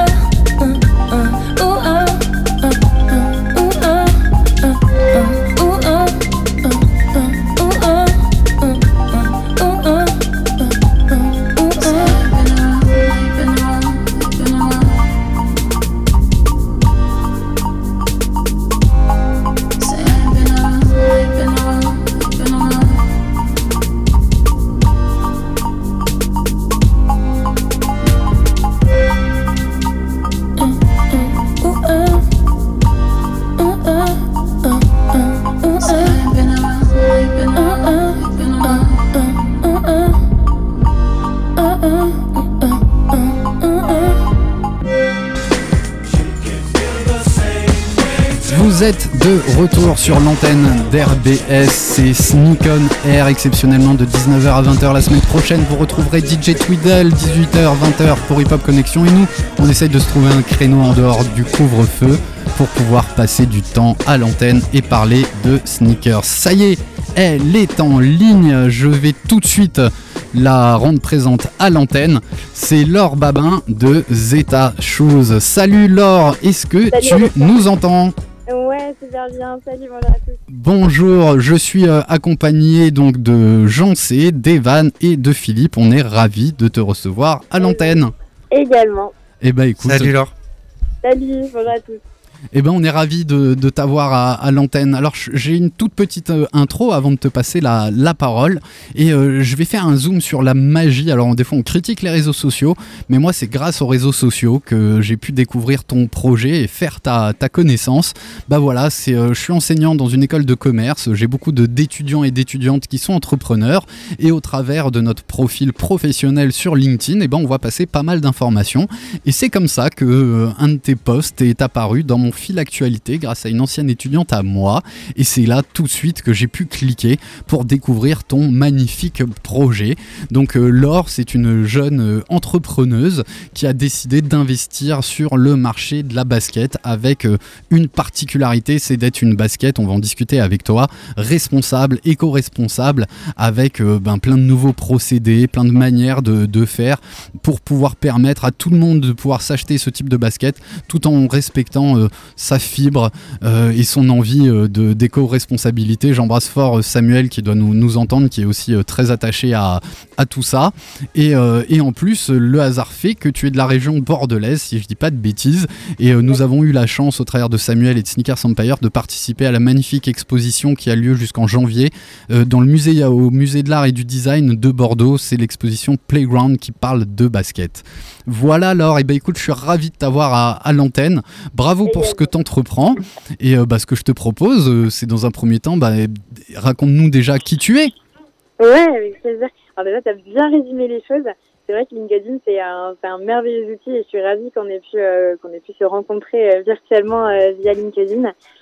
Vous êtes de retour sur l'antenne d'R B S, c'est Sneak On Air, exceptionnellement de dix-neuf heures à vingt heures. La semaine prochaine, vous retrouverez D J Twiddle, dix-huit heures, vingt heures pour Hip Hop Connection. Et nous, on essaye de se trouver un créneau en dehors du couvre-feu pour pouvoir passer du temps à l'antenne et parler de sneakers. Ça y est, elle est en ligne, je vais tout de suite la rendre présente à l'antenne. C'est Laure Babin de Zeta Shoes. Salut Laure, est-ce que Salut, tu nous entends ? Ouais, super bien. Salut, bonjour à tous. Bonjour, je suis euh, accompagné donc de Jean-C, d'Evan et de Philippe. On est ravis de te recevoir à l'antenne. Également. Eh ben écoute. Salut Laure. Salut, bonjour à tous. Eh ben on est ravis de, de t'avoir à, à l'antenne. Alors j'ai une toute petite euh, intro avant de te passer la, la parole et euh, je vais faire un zoom sur la magie. Alors des fois on critique les réseaux sociaux, mais moi c'est grâce aux réseaux sociaux que j'ai pu découvrir ton projet et faire ta, ta connaissance. Bah voilà, c'est, euh, je suis enseignant dans une école de commerce, j'ai beaucoup de, d'étudiants et d'étudiantes qui sont entrepreneurs et au travers de notre profil professionnel sur LinkedIn, eh ben on va passer pas mal d'informations et c'est comme ça que euh, un de tes posts est apparu dans mon fil actualité grâce à une ancienne étudiante à moi et c'est là tout de suite que j'ai pu cliquer pour découvrir ton magnifique projet. Donc euh, Laure, c'est une jeune euh, entrepreneuse qui a décidé d'investir sur le marché de la basket avec euh, une particularité, c'est d'être une basket, on va en discuter avec toi, responsable, éco-responsable, avec euh, ben, plein de nouveaux procédés, plein de manières de, de faire pour pouvoir permettre à tout le monde de pouvoir s'acheter ce type de basket tout en respectant euh, sa fibre euh, et son envie euh, de, d'éco-responsabilité. J'embrasse fort euh, Samuel qui doit nous, nous entendre, qui est aussi euh, très attaché à, à tout ça. Et, euh, et en plus, le hasard fait que tu es de la région bordelaise, si je dis pas de bêtises. Et euh, nous avons eu la chance, au travers de Samuel et de Sneakers Empire, de participer à la magnifique exposition qui a lieu jusqu'en janvier euh, dans le musée, au musée de l'art et du design de Bordeaux. C'est l'exposition Playground qui parle de basket. Voilà Laure, et ben écoute, je suis ravi de t'avoir à, à l'antenne. Bravo pour ce que tu entreprends. Et euh, bah, ce que je te propose, euh, c'est dans un premier temps, bah, raconte-nous déjà qui tu es. Ouais, avec plaisir. Alors déjà, tu as bien résumé les choses. C'est vrai que LinkedIn, c'est un, c'est un merveilleux outil et je suis ravie qu'on ait pu, euh, qu'on ait pu se rencontrer euh, virtuellement euh, via LinkedIn.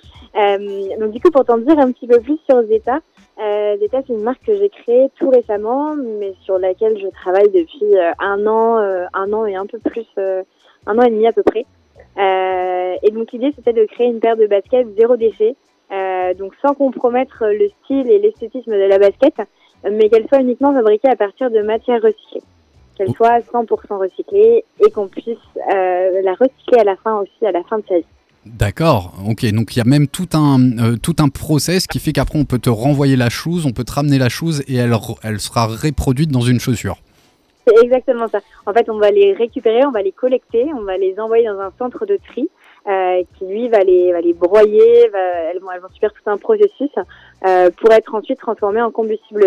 Euh, donc du coup, pour t'en dire un petit peu plus sur Zeta, euh, Zeta, c'est une marque que j'ai créée tout récemment, mais sur laquelle je travaille depuis euh, un an, euh, un an et un peu plus, euh, un an et demi à peu près. Euh, et donc l'idée, c'était de créer une paire de baskets zéro déchet, euh, donc sans compromettre le style et l'esthétisme de la basket, mais qu'elle soit uniquement fabriquée à partir de matières recyclées. Qu'elle soit cent pour cent recyclée et qu'on puisse euh, la recycler à la fin aussi, à la fin de sa vie. D'accord, ok, donc il y a même tout un, euh, tout un process qui fait qu'après on peut te renvoyer la chose, on peut te ramener la chose et elle, elle sera reproduite dans une chaussure. C'est exactement ça. En fait, on va les récupérer, on va les collecter, on va les envoyer dans un centre de tri euh, qui, lui, va les, va les broyer, va, elles, vont, elles vont subir tout un processus euh, pour être ensuite transformées en combustible vert.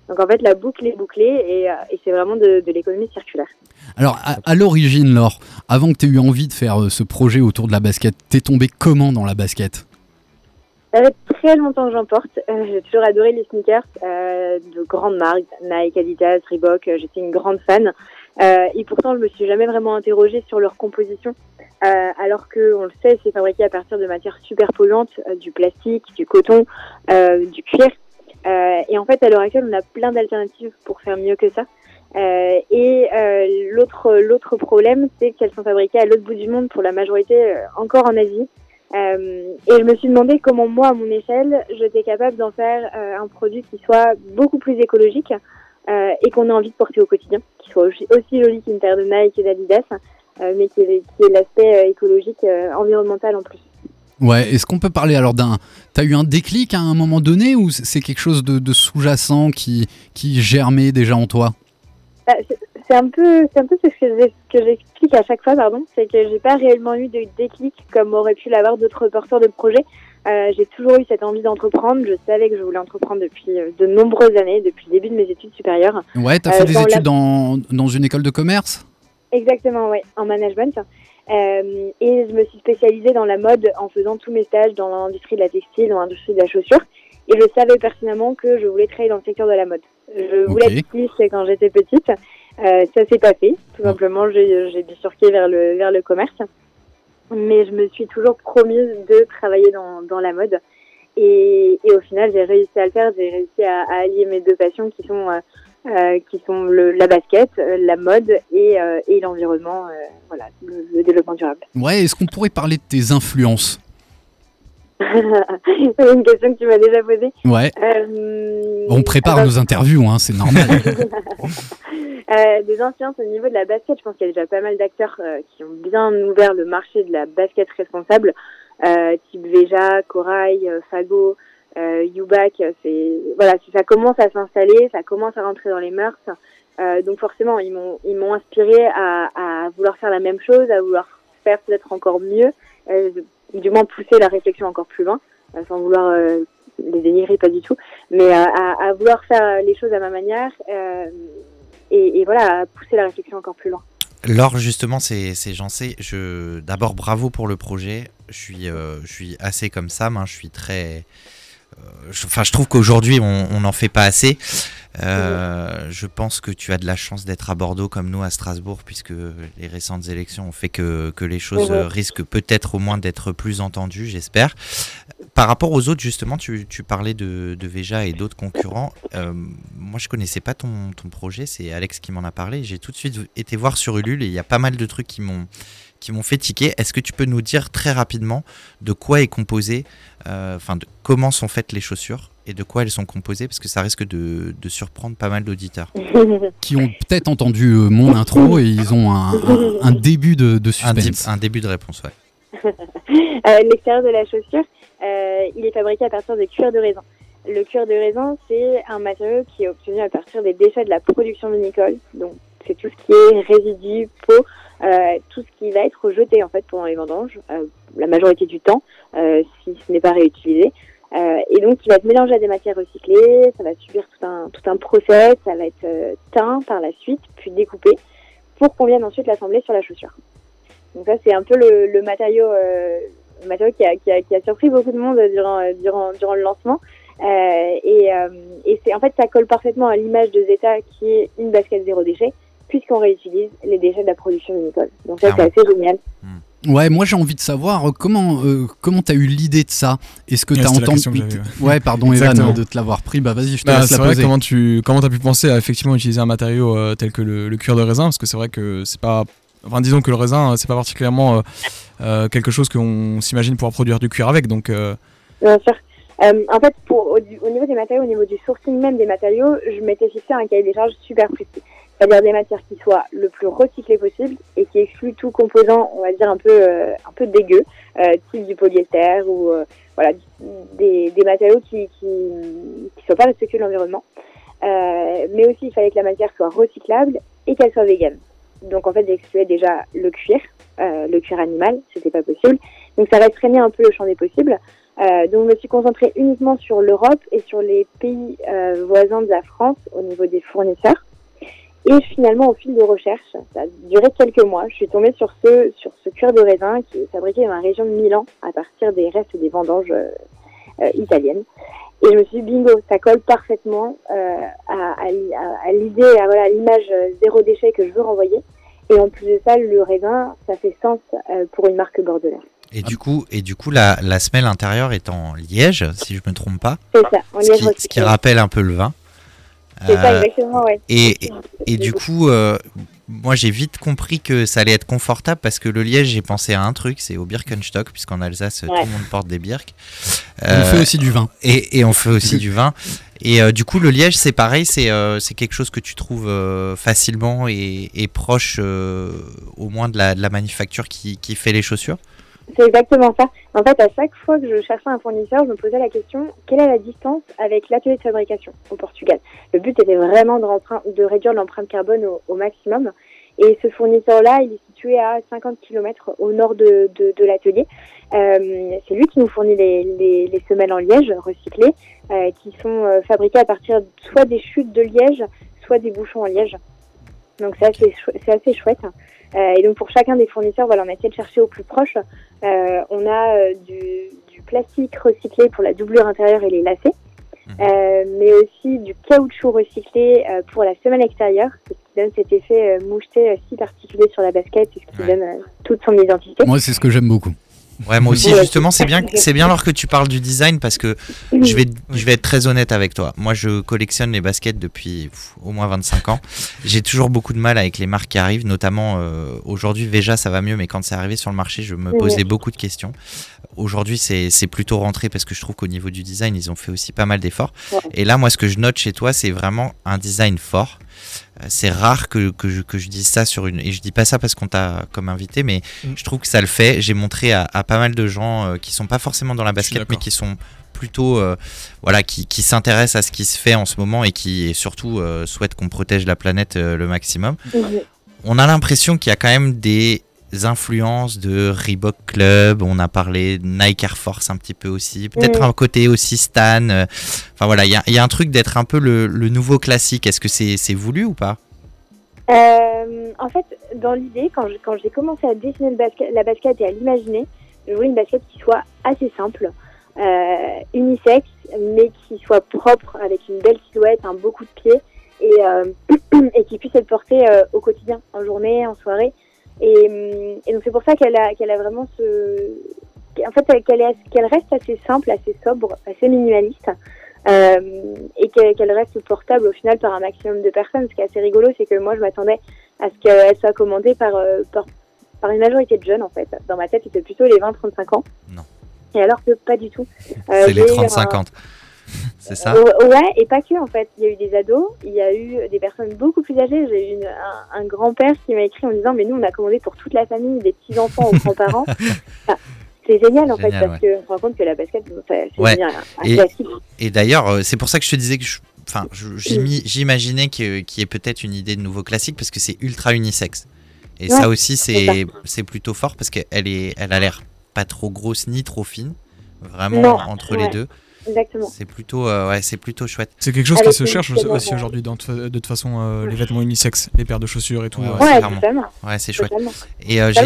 Donc en fait, la boucle est bouclée et, euh, et c'est vraiment de, de l'économie circulaire. Alors, à, à l'origine, Laure, avant que tu aies eu envie de faire euh, ce projet autour de la basket, t'es tombé comment dans la basket ? Ça fait très longtemps que j'en porte. Euh, j'ai toujours adoré les sneakers euh, de grandes marques, Nike, Adidas, Reebok. Euh, j'étais une grande fan. Euh, et pourtant, je me suis jamais vraiment interrogée sur leur composition. Euh, alors que, on le sait, c'est fabriqué à partir de matières super polluantes, euh, du plastique, du coton, euh, du cuir. Euh, et en fait, à l'heure actuelle, on a plein d'alternatives pour faire mieux que ça. Euh, et euh, l'autre l'autre problème, c'est qu'elles sont fabriquées à l'autre bout du monde, pour la majorité euh, encore en Asie. Euh, et je me suis demandé comment moi, à mon échelle, j'étais capable d'en faire euh, un produit qui soit beaucoup plus écologique euh, et qu'on ait envie de porter au quotidien, qui soit aussi, aussi joli qu'une paire de Nike et d'Adidas, euh, mais qui ait, qui ait l'aspect euh, écologique, euh, environnemental en plus. Ouais, est-ce qu'on peut parler alors d'un... T'as eu un déclic à un moment donné ou c'est quelque chose de, de sous-jacent qui, qui germait déjà en toi ? euh, c'est, c'est un peu, c'est un peu ce que, j'ai, ce que j'explique à chaque fois, pardon, c'est que j'ai pas réellement eu de déclic comme aurait pu l'avoir d'autres porteurs de projets. Euh, j'ai toujours eu cette envie d'entreprendre. Je savais que je voulais entreprendre depuis de nombreuses années, depuis le début de mes études supérieures. Ouais, t'as fait euh, des études la... dans, dans une école de commerce ? Exactement, ouais, en management. Euh, et je me suis spécialisée dans la mode en faisant tous mes stages dans l'industrie de la textile, dans l'industrie de la chaussure. Et je savais pertinemment que je voulais travailler dans le secteur de la mode. Je voulais okay. être styliste quand j'étais petite. Euh, ça s'est pas fait. Tout simplement, j'ai, j'ai bifurqué vers le, vers le commerce. Mais je me suis toujours promise de travailler dans, dans la mode. Et, et au final, j'ai réussi à le faire. J'ai réussi à, à allier mes deux passions qui sont... Euh, Euh, qui sont le, la basket, euh, la mode et, euh, et l'environnement, euh, voilà, le, le développement durable. Ouais, est-ce qu'on pourrait parler de tes influences ? C'est une question que tu m'as déjà posée. Ouais. Euh, On prépare alors... nos interviews, hein, c'est normal. euh, des influences au niveau de la basket, je pense qu'il y a déjà pas mal d'acteurs euh, qui ont bien ouvert le marché de la basket responsable, euh, type Veja, Corail, euh, Fago. Euh, U-Back, c'est voilà, ça commence à s'installer, ça commence à rentrer dans les mœurs. Euh, donc forcément, ils m'ont ils m'ont inspiré à, à vouloir faire la même chose, à vouloir faire peut-être encore mieux, euh, du moins pousser la réflexion encore plus loin, euh, sans vouloir euh, les dénigrer, pas du tout, mais à, à, à vouloir faire les choses à ma manière euh, et, et voilà, à pousser la réflexion encore plus loin. Laure, justement, c'est, c'est j'en sais. Je d'abord bravo pour le projet. Je suis euh, je suis assez comme Sam. Hein, je suis très Enfin, je, je trouve qu'aujourd'hui, on n'en fait pas assez. Euh, je pense que tu as de la chance d'être à Bordeaux comme nous à Strasbourg, puisque les récentes élections ont fait que, que les choses mmh. risquent peut-être au moins d'être plus entendues, j'espère. Par rapport aux autres, justement, tu, tu parlais de, de Veja et d'autres concurrents. Euh, moi, je connaissais pas ton, ton projet, c'est Alex qui m'en a parlé. J'ai tout de suite été voir sur Ulule et il y a pas mal de trucs qui m'ont... qui m'ont fait tiquer. Est-ce que tu peux nous dire très rapidement de quoi est composé, enfin euh, de comment sont faites les chaussures et de quoi elles sont composées, parce que ça risque de, de surprendre pas mal d'auditeurs. Qui ont peut-être entendu euh, mon intro et ils ont un, un, un début de, de suspense. Un, un début de réponse, ouais. euh, l'extérieur de la chaussure, euh, il est fabriqué à partir de cuir de raisin. Le cuir de raisin, c'est un matériau qui est obtenu à partir des déchets de la production vinicole. Donc, c'est tout ce qui est résidus, peau, euh, tout ce qui va être jeté en fait pendant les vendanges, euh, la majorité du temps, euh, si ce n'est pas réutilisé. Euh, et donc, il va être mélangé à des matières recyclées, ça va subir tout un tout un process, ça va être euh, teint par la suite, puis découpé, pour qu'on vienne ensuite l'assembler sur la chaussure. Donc ça, c'est un peu le, le matériau, euh, le matériau qui a, qui a qui a surpris beaucoup de monde durant durant durant le lancement. Euh, et, euh, et c'est en fait, ça colle parfaitement à l'image de Zeta, qui est une basket zéro déchet, puisqu'on réutilise les déchets de la production vinicole. Donc ça, ah, c'est assez génial. Ouais, moi j'ai envie de savoir comment euh, comment t'as eu l'idée de ça. Est-ce que ouais, t'as entendu ouais. ouais, pardon Evan de te l'avoir pris. Bah vas-y, je te bah, laisse la vrai, poser. Comment tu comment t'as pu penser à effectivement utiliser un matériau euh, tel que le, le cuir de raisin, parce que c'est vrai que c'est pas enfin disons que le raisin c'est pas particulièrement euh, euh, quelque chose qu'on s'imagine pouvoir produire du cuir avec, donc euh... Bien sûr. Euh, en fait, pour, au, au niveau des matériaux, au niveau du sourcing même des matériaux, je m'étais fixé un cahier des charges super précis. C'est-à-dire des matières qui soient le plus recyclées possible et qui excluent tout composant, on va dire, un peu, euh, un peu dégueu, euh, type du polyester ou euh, voilà, des, des matériaux qui qui, qui soient pas respectueux de l'environnement. Euh, mais aussi, il fallait que la matière soit recyclable et qu'elle soit végane. Donc en fait, j'excluais déjà le cuir, euh, le cuir animal, c'était pas possible. Donc ça restreignait un peu le champ des possibles. Euh, donc, je me suis concentrée uniquement sur l'Europe et sur les pays euh, voisins de la France au niveau des fournisseurs. Et finalement, au fil de recherche, ça a duré quelques mois, je suis tombée sur ce, sur ce cuir de raisin qui est fabriqué dans la région de Milan à partir des restes des vendanges euh, euh, italiennes. Et je me suis dit, bingo, ça colle parfaitement euh, à, à, à l'idée, à, voilà, à l'image euh, zéro déchet que je veux renvoyer. Et en plus de ça, le raisin, ça fait sens euh, pour une marque bordelaise. Et du coup, et du coup la, la semelle intérieure est en liège, si je ne me trompe pas. C'est ça, en liège ce qui, ce qui rappelle un peu le vin. C'est euh, ça, exactement, ouais. Et, et, et du coup, euh, moi j'ai vite compris que ça allait être confortable parce que le liège, j'ai pensé à un truc, c'est au Birkenstock, puisqu'en Alsace, ouais. tout le monde porte des birks. Euh, on fait aussi du vin. Et, et on fait aussi du vin. Et euh, du coup, le liège, c'est pareil, c'est euh, c'est quelque chose que tu trouves euh, facilement et, et proche euh, au moins de la, de la manufacture qui, qui fait les chaussures. C'est exactement ça. En fait, à chaque fois que je cherchais un fournisseur, je me posais la question, quelle est la distance avec l'atelier de fabrication au Portugal? Le but était vraiment de, de réduire l'empreinte carbone au, au maximum. Et ce fournisseur-là, il est situé à cinquante kilomètres au nord de, de, de l'atelier. Euh, c'est lui qui nous fournit les, les, les semelles en liège recyclées, euh, qui sont euh, fabriquées à partir soit des chutes de liège, soit des bouchons en liège. Donc c'est assez, chou- c'est assez chouette. Euh, et donc pour chacun des fournisseurs, voilà, on a essayé de chercher au plus proche. Euh, on a euh, du, du plastique recyclé pour la doublure intérieure et les lacets, euh, mais aussi du caoutchouc recyclé euh, pour la semelle extérieure, ce qui donne cet effet euh, moucheté euh, si particulier sur la basket et ce qui ouais. donne euh, toute son identité. Moi, c'est ce que j'aime beaucoup. Ouais, moi aussi, justement, c'est bien, c'est bien alors que tu parles du design parce que je vais, je vais être très honnête avec toi. Moi, je collectionne les baskets depuis pff, au moins vingt-cinq ans. J'ai toujours beaucoup de mal avec les marques qui arrivent, notamment euh, aujourd'hui, Veja, ça va mieux, mais quand c'est arrivé sur le marché, je me posais beaucoup de questions. Aujourd'hui, c'est, c'est plutôt rentré parce que je trouve qu'au niveau du design, ils ont fait aussi pas mal d'efforts. Et là, moi, ce que je note chez toi, c'est vraiment un design fort. C'est rare que, que, je, que je dise ça sur une... Et je dis pas ça parce qu'on t'a comme invité, mais mm. je trouve que ça le fait. J'ai montré à, à pas mal de gens euh, qui sont pas forcément dans la basket, mais qui sont plutôt... Euh, voilà, qui, qui s'intéressent à ce qui se fait en ce moment et qui et surtout euh, souhaitent qu'on protège la planète euh, le maximum. Mm. On a l'impression qu'il y a quand même des influences de Reebok Club, on a parlé de Nike Air Force un petit peu aussi, peut-être mmh. un côté aussi Stan, euh, enfin voilà, il y, y a un truc d'être un peu le, le nouveau classique, est-ce que c'est, c'est voulu ou pas? euh, En fait, dans l'idée, quand, je, quand j'ai commencé à dessiner le basket, la basket et à l'imaginer, je voulais une basket qui soit assez simple, euh, unisexe, mais qui soit propre, avec une belle silhouette, un beau coup de pied, et, euh, et qui puisse être portée euh, au quotidien, en journée, en soirée. Et, et donc c'est pour ça qu'elle a, qu'elle a vraiment ce... En fait, qu'elle, est, qu'elle reste assez simple, assez sobre, assez minimaliste, euh, et qu'elle, qu'elle reste portable au final par un maximum de personnes. Ce qui est assez rigolo, c'est que moi je m'attendais à ce qu'elle soit commandée par, par, par une majorité de jeunes en fait. Dans ma tête, c'était plutôt les vingt trente-cinq ans. Non. Et alors que pas du tout. Euh, c'est les trente cinquante. C'est ça? euh, Ouais, et pas que en fait. Il y a eu des ados, il y a eu des personnes beaucoup plus âgées. J'ai eu une, un, un grand-père qui m'a écrit en disant mais nous on a commandé pour toute la famille, des petits-enfants aux grands-parents. Enfin, c'est génial en génial, fait parce ouais. qu'on se rend compte que la basket c'est ouais. génial, un et, classique. Et d'ailleurs c'est pour ça que je te disais que je, enfin, je, j'imaginais qu'il y ait peut-être une idée de nouveau classique parce que c'est ultra unisexe. Et ouais, ça aussi c'est, c'est, c'est plutôt fort parce qu'elle est, elle a l'air pas trop grosse ni trop fine, vraiment non, entre ouais. les deux. Exactement. C'est plutôt, euh, ouais, c'est plutôt chouette. C'est quelque chose Avec qui se cherche aussi aujourd'hui, dans, de toute façon, euh, les vêtements unisex, les paires de chaussures et tout. Ouais, ouais, ouais totalement. Ouais, c'est chouette. Totalement. Et euh, j'ai...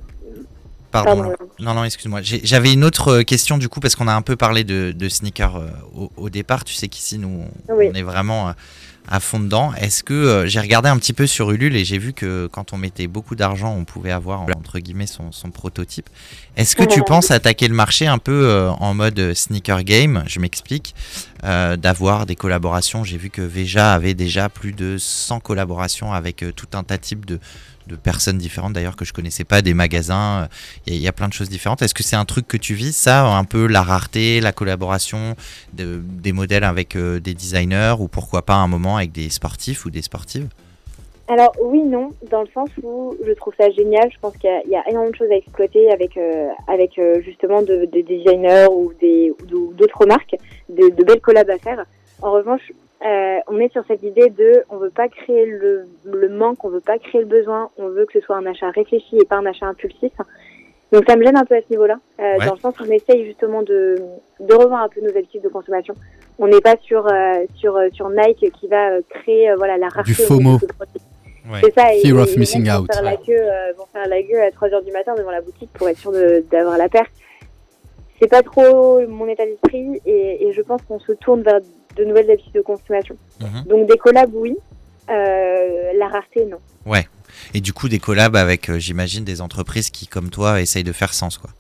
Pardon. Pardon. Non, non, excuse-moi. J'ai, j'avais une autre question du coup, parce qu'on a un peu parlé de, de sneakers euh, au, au départ. Tu sais qu'ici, nous, on, oui. on est vraiment... Euh, à fond dedans. Est-ce que euh, j'ai regardé un petit peu sur Ulule et j'ai vu que quand on mettait beaucoup d'argent, on pouvait avoir entre guillemets son, son prototype. Est-ce que tu penses attaquer le marché un peu euh, en mode sneaker game? Je m'explique. Euh, d'avoir des collaborations. J'ai vu que Veja avait déjà plus de cent collaborations avec euh, tout un tas de types de de personnes différentes d'ailleurs que je connaissais pas, des magasins, il y, y a plein de choses différentes. Est-ce que c'est un truc que tu vises, ça, un peu la rareté, la collaboration, de, des modèles avec euh, des designers ou pourquoi pas un moment avec des sportifs ou des sportives? Alors oui, non, dans le sens où je trouve ça génial. Je pense qu'il y a, il y a énormément de choses à exploiter avec euh, avec euh, justement de, de designers ou des ou d'autres marques, de, de belles collabs à faire. En revanche, euh, on est sur cette idée de, on veut pas créer le, le manque, on veut pas créer le besoin, on veut que ce soit un achat réfléchi et pas un achat impulsif. Donc ça me gêne un peu à ce niveau-là, euh, Ouais. dans le sens où on essaye justement de, de revoir un peu nos habitudes de consommation. On n'est pas sur, euh, sur, euh, sur Nike qui va euh, créer euh, voilà, la rareté. Du FOMO. de produits. Ouais. C'est ça, et, Fear of et les missing mecs vont out. Faire la Ouais. queue, euh, vont faire la gueule à trois heures du matin devant la boutique pour être sûr de, d'avoir la paire. C'est pas trop mon état d'esprit et, et je pense qu'on se tourne vers de nouvelles habitudes de consommation. Mhm. Donc des collabs, oui. Euh, la rareté, non. Ouais. Et du coup, des collabs avec, euh, j'imagine, des entreprises qui, comme toi, essayent de faire sens, quoi.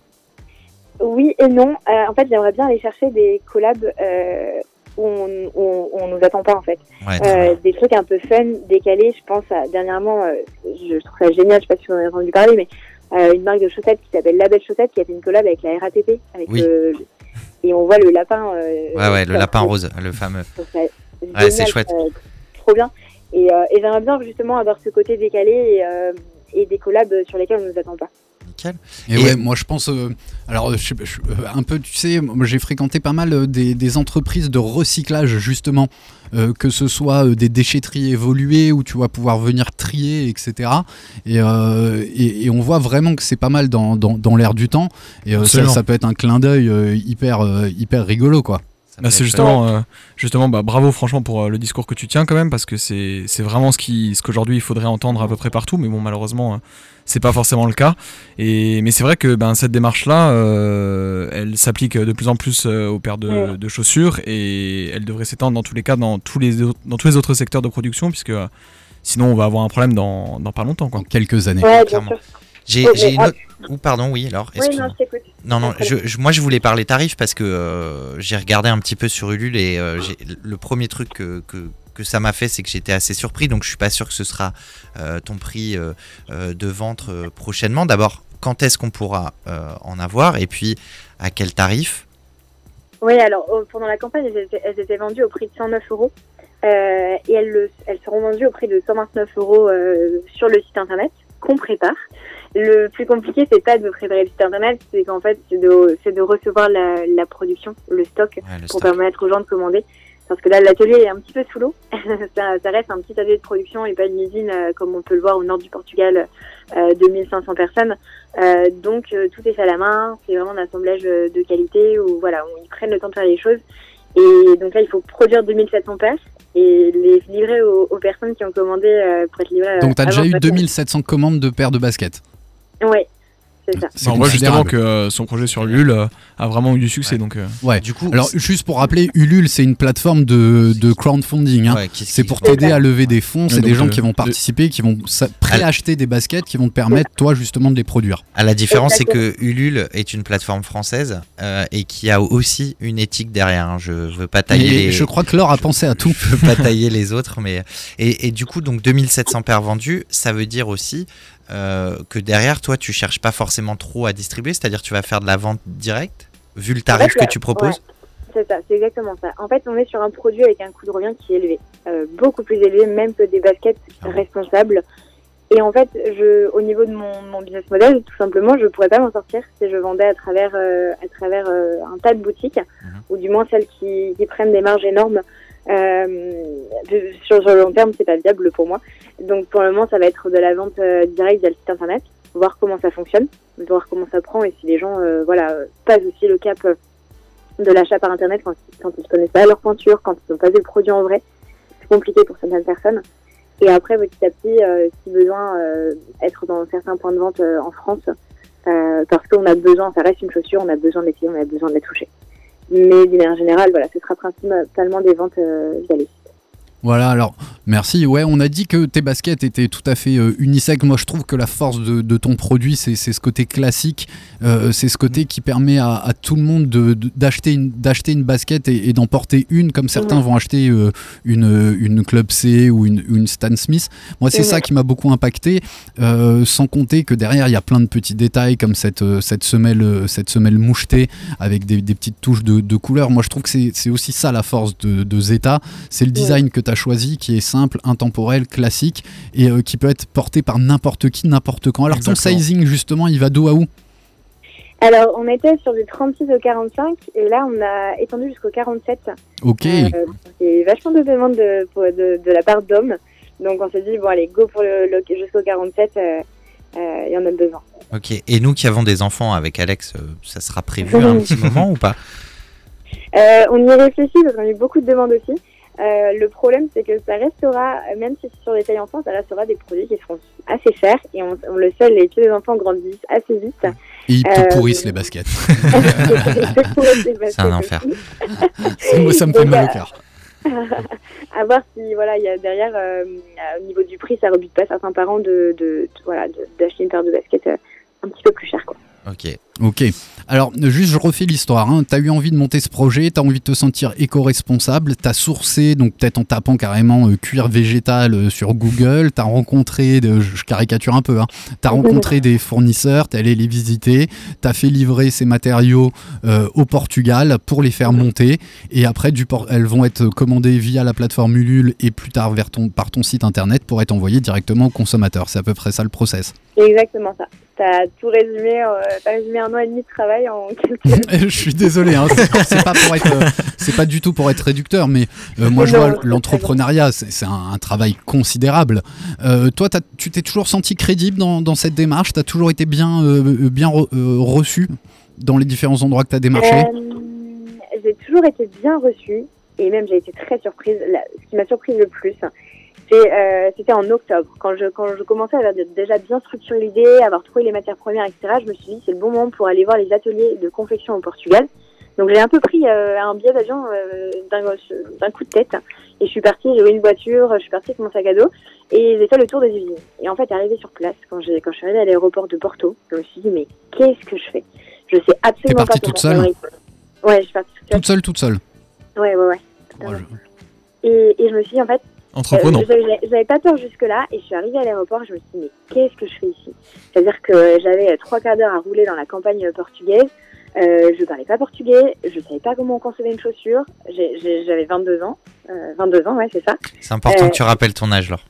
Oui et non. Euh, en fait, j'aimerais bien aller chercher des collabs euh, où on, où on nous attend pas, en fait. Ouais, très Euh, bien. des trucs un peu fun, décalés. Je pense à, dernièrement, euh, je trouve ça génial, je sais pas si vous en avez entendu parler, mais euh, une marque de chaussettes qui s'appelle Label Chaussettes qui a fait une collab avec la R A T P. Avec Oui. le, le- et on voit le lapin. Euh, Ouais, ouais, le ça, lapin c'est- rose, le fameux. je trouve ça Ouais, génial, c'est chouette. euh, trop bien. Et, euh, et j'aimerais bien justement avoir ce côté décalé et, euh, et des collabs sur lesquels on ne nous attend pas. Nickel. Et, Et- ouais, moi je pense, euh, alors je, sais pas, je- euh, un peu, tu sais, moi, j'ai fréquenté pas mal euh, des, des entreprises de recyclage justement, euh, que ce soit euh, des déchetteries évoluées où tu vas pouvoir venir trier, et cetera. Et, euh, et, et on voit vraiment que c'est pas mal dans, dans, dans l'air du temps. Et euh, ça, Absolument. ça peut être un clin d'œil euh, hyper, euh, hyper rigolo, quoi. Ça Bah, peut c'est être justement, euh, justement bah, bravo franchement pour euh, le discours que tu tiens quand même, parce que c'est, c'est vraiment ce, qui, ce qu'aujourd'hui il faudrait entendre à peu près partout, mais bon, malheureusement, euh, c'est pas forcément le cas. Et, mais c'est vrai que ben, cette démarche-là, euh, elle s'applique de plus en plus euh, aux paires de, Ouais. de chaussures, et elle devrait s'étendre dans tous les cas dans tous les, autres- dans tous les autres secteurs de production, puisque euh, sinon on va avoir un problème dans, dans pas longtemps, quoi. Dans quelques années. Ouais, bien clairement. sûr. J'ai, Oh, j'ai mais, une ah, autre... Ou pardon, oui, alors, Oui, non, excuse-moi. je t'écoute. Non, non, Après. je, je- moi je voulais parler tarifs parce que euh, j'ai regardé un petit peu sur Ulule et euh, j'ai, le premier truc que, que, que ça m'a fait, c'est que j'étais assez surpris, donc je suis pas sûr que ce sera euh, ton prix euh, euh, de vente euh, prochainement. D'abord, quand est-ce qu'on pourra euh, en avoir et puis à quel tarif? Oui, alors euh, pendant la campagne, elles étaient, elles étaient vendues au prix de cent neuf euros euh, et elles, le- elles seront vendues au prix de cent vingt-neuf euros euh, sur le site internet qu'on prépare. Le plus compliqué, c'est pas de préparer le site internet, c'est qu'en fait, c'est de, c'est de recevoir la, la production, le stock, Ouais, le pour stock. permettre aux gens de commander. Parce que là, l'atelier est un petit peu sous l'eau. ça, ça reste un petit atelier de production et pas une usine euh, comme on peut le voir au nord du Portugal, euh, deux mille cinq cents personnes. Euh, donc, euh, tout est fait à la main. C'est vraiment un assemblage euh, de qualité où voilà, on, ils prennent le temps de faire les choses. Et donc là, il faut produire deux mille sept cents paires et les livrer aux, aux personnes qui ont commandé euh, pour être livrées. Donc tu as avant déjà eu Pâques. deux mille sept cents commandes de paires de baskets. Ouais, c'est ça. C'est On voit justement considérable. que euh, son projet sur Ulule euh, a vraiment eu du succès. Ouais. Donc, euh, Ouais. Du coup, Alors juste pour rappeler, Ulule c'est une plateforme de, de crowdfunding. Hein. ouais, qui- C'est qui- pour t'aider à lever des fonds, c'est donc, des gens euh, qui vont de- participer, qui vont sa- préacheter des baskets, qui vont te permettre toi justement de les produire. À la différence, c'est que Ulule est une plateforme française euh, et qui a aussi une éthique derrière. Hein. Je veux pas tailler Et les... je crois que Laure a pensé à tout. Je veux pas tailler les autres, mais et, et du coup donc deux mille sept cents paires vendues, ça veut dire aussi euh, que derrière toi tu cherches pas forcément trop à distribuer, c'est-à-dire tu vas faire de la vente directe vu le tarif En fait, que là, tu proposes. ouais, c'est ça, c'est exactement ça. En fait, on est sur un produit avec un coût de revient qui est élevé, euh, beaucoup plus élevé même que des baskets Ah bon. responsables. Et en fait, je, au niveau de mon, mon business model, tout simplement, je pourrais pas m'en sortir si je vendais à travers, euh, à travers euh, un tas de boutiques, Mhm. ou du moins celles qui, qui prennent des marges énormes. Euh, sur, sur le long terme, c'est pas viable pour moi. Donc pour le moment, ça va être de la vente euh, directe via le site internet, voir comment ça fonctionne, voir comment ça prend et si les gens, euh, voilà, euh, passent aussi le cap euh, de l'achat par internet quand, quand ils connaissent pas leur pointure, quand ils n'ont pas vu le produit en vrai. C'est compliqué pour certaines personnes. Et après, petit à petit, euh, si besoin, euh, être dans certains points de vente euh, en France, euh, parce qu'on a besoin, ça reste une chaussure, on a besoin de l'essayer, on a besoin de la toucher. Mais d'une manière générale, voilà, ce sera principalement des ventes euh, via les sites. Voilà, alors merci. Ouais, on a dit que tes baskets étaient tout à fait euh, unisex. Moi, je trouve que la force de, de ton produit, c'est, c'est ce côté classique. Euh, c'est ce côté qui permet à, à tout le monde de, de- d'acheter, une, d'acheter une basket et, et d'en porter une, comme certains Mhm. vont acheter euh, une, une Club C ou une, une Stan Smith. Moi, c'est Mhm. ça qui m'a beaucoup impacté. Euh, sans compter que derrière, il y a plein de petits détails comme cette, euh, cette, semelle, euh, cette semelle mouchetée avec des, des petites touches de, de couleur. Moi, je trouve que c'est, c'est aussi ça la force de, de Zeta. C'est le design que tu as choisi qui est simple, intemporel, classique et euh, qui peut être porté par n'importe qui, n'importe quand. Alors Exactement. ton sizing justement, il va d'où à où? Alors, on était sur du trente-six au quarante-cinq et là, on a étendu jusqu'au quarante-sept. Ok. Euh, c'est vachement de demandes de, pour- de, de la part d'hommes. Donc, on s'est dit, bon, allez, go pour le, le- jusqu'au quarante-sept, euh, euh, il y en a besoin. Ok, et nous qui avons des enfants avec Alex, euh, ça sera prévu à un petit moment ou pas? Euh, on y réfléchit parce qu'on a eu beaucoup de demandes aussi. Euh, le problème, c'est que ça restera, même si c'est sur des tailles enfants, ça restera des produits qui seront assez chers et on, on le sait, les, tous les enfants grandissent assez vite. Et ils te euh... pourrissent les baskets. C'est un enfer. Moi, ça me fait mal au cœur. À voir si voilà, il y a derrière, euh, au niveau du prix, ça rebute pas certains parents de, de, de voilà, de, d'acheter une paire de baskets euh, un petit peu plus cher, quoi. Ok. Ok. Alors, juste, je refais l'histoire. Hein. Tu as eu envie de monter ce projet, tu as envie de te sentir éco-responsable, tu as sourcé, donc peut-être en tapant carrément euh, cuir végétal euh, sur Google, tu as rencontré, de, je caricature un peu, hein, tu as rencontré des fournisseurs, tu es allé les visiter, tu as fait livrer ces matériaux euh, au Portugal pour les faire monter, et après, du por- elles vont être commandées via la plateforme Ulule et plus tard vers ton, par ton site internet pour être envoyées directement au consommateur. C'est à peu près ça le process. C'est exactement ça. T'as tout résumé, euh, t'as résumé un an et demi de travail en quelques... Je suis désolé, hein, c'est, c'est pas pour être, euh, c'est pas du tout pour être réducteur, mais euh, moi je vois l'entrepreneuriat, c'est, c'est un, un travail considérable. Euh, toi, t'as, tu t'es toujours senti crédible dans, dans cette démarche? T'as toujours été bien, euh, bien re, euh, reçu dans les différents endroits que t'as démarché? euh, J'ai toujours été bien reçue et même j'ai été très surprise. La, ce qui m'a surprise le plus, C'est, euh, c'était en octobre, quand je, quand je commençais à avoir déjà bien structuré l'idée, avoir trouvé les matières premières, et cetera. Je me suis dit c'est le bon moment pour aller voir les ateliers de confection au Portugal. Donc j'ai un peu pris euh, un billet d'avion euh, d'un, d'un coup de tête et je suis partie, j'ai loué une voiture, je suis partie avec mon sac à dos et j'ai fait le tour des usines. Et en fait, arrivée sur place, quand, j'ai, quand je suis arrivée à l'aéroport de Porto, je me suis dit mais qu'est-ce que je fais? Je sais absolument pas. T'es partie toute seule? Ouais, je suis partie toute seule. Toute seule, toute seule. Ouais, ouais, ouais. Oh, je... et, et je me suis dit en fait, Entreprenant. Euh, j'avais, j'avais pas peur jusque-là et je suis arrivée à l'aéroport et je me suis dit mais qu'est-ce que je fais ici? C'est-à-dire que j'avais trois quarts d'heure à rouler dans la campagne portugaise, euh, je parlais pas portugais, je savais pas comment on concevait une chaussure, j'ai, j'ai, j'avais vingt-deux ans, euh, vingt-deux ans, ouais c'est ça. C'est important euh... que tu rappelles ton âge, Laure.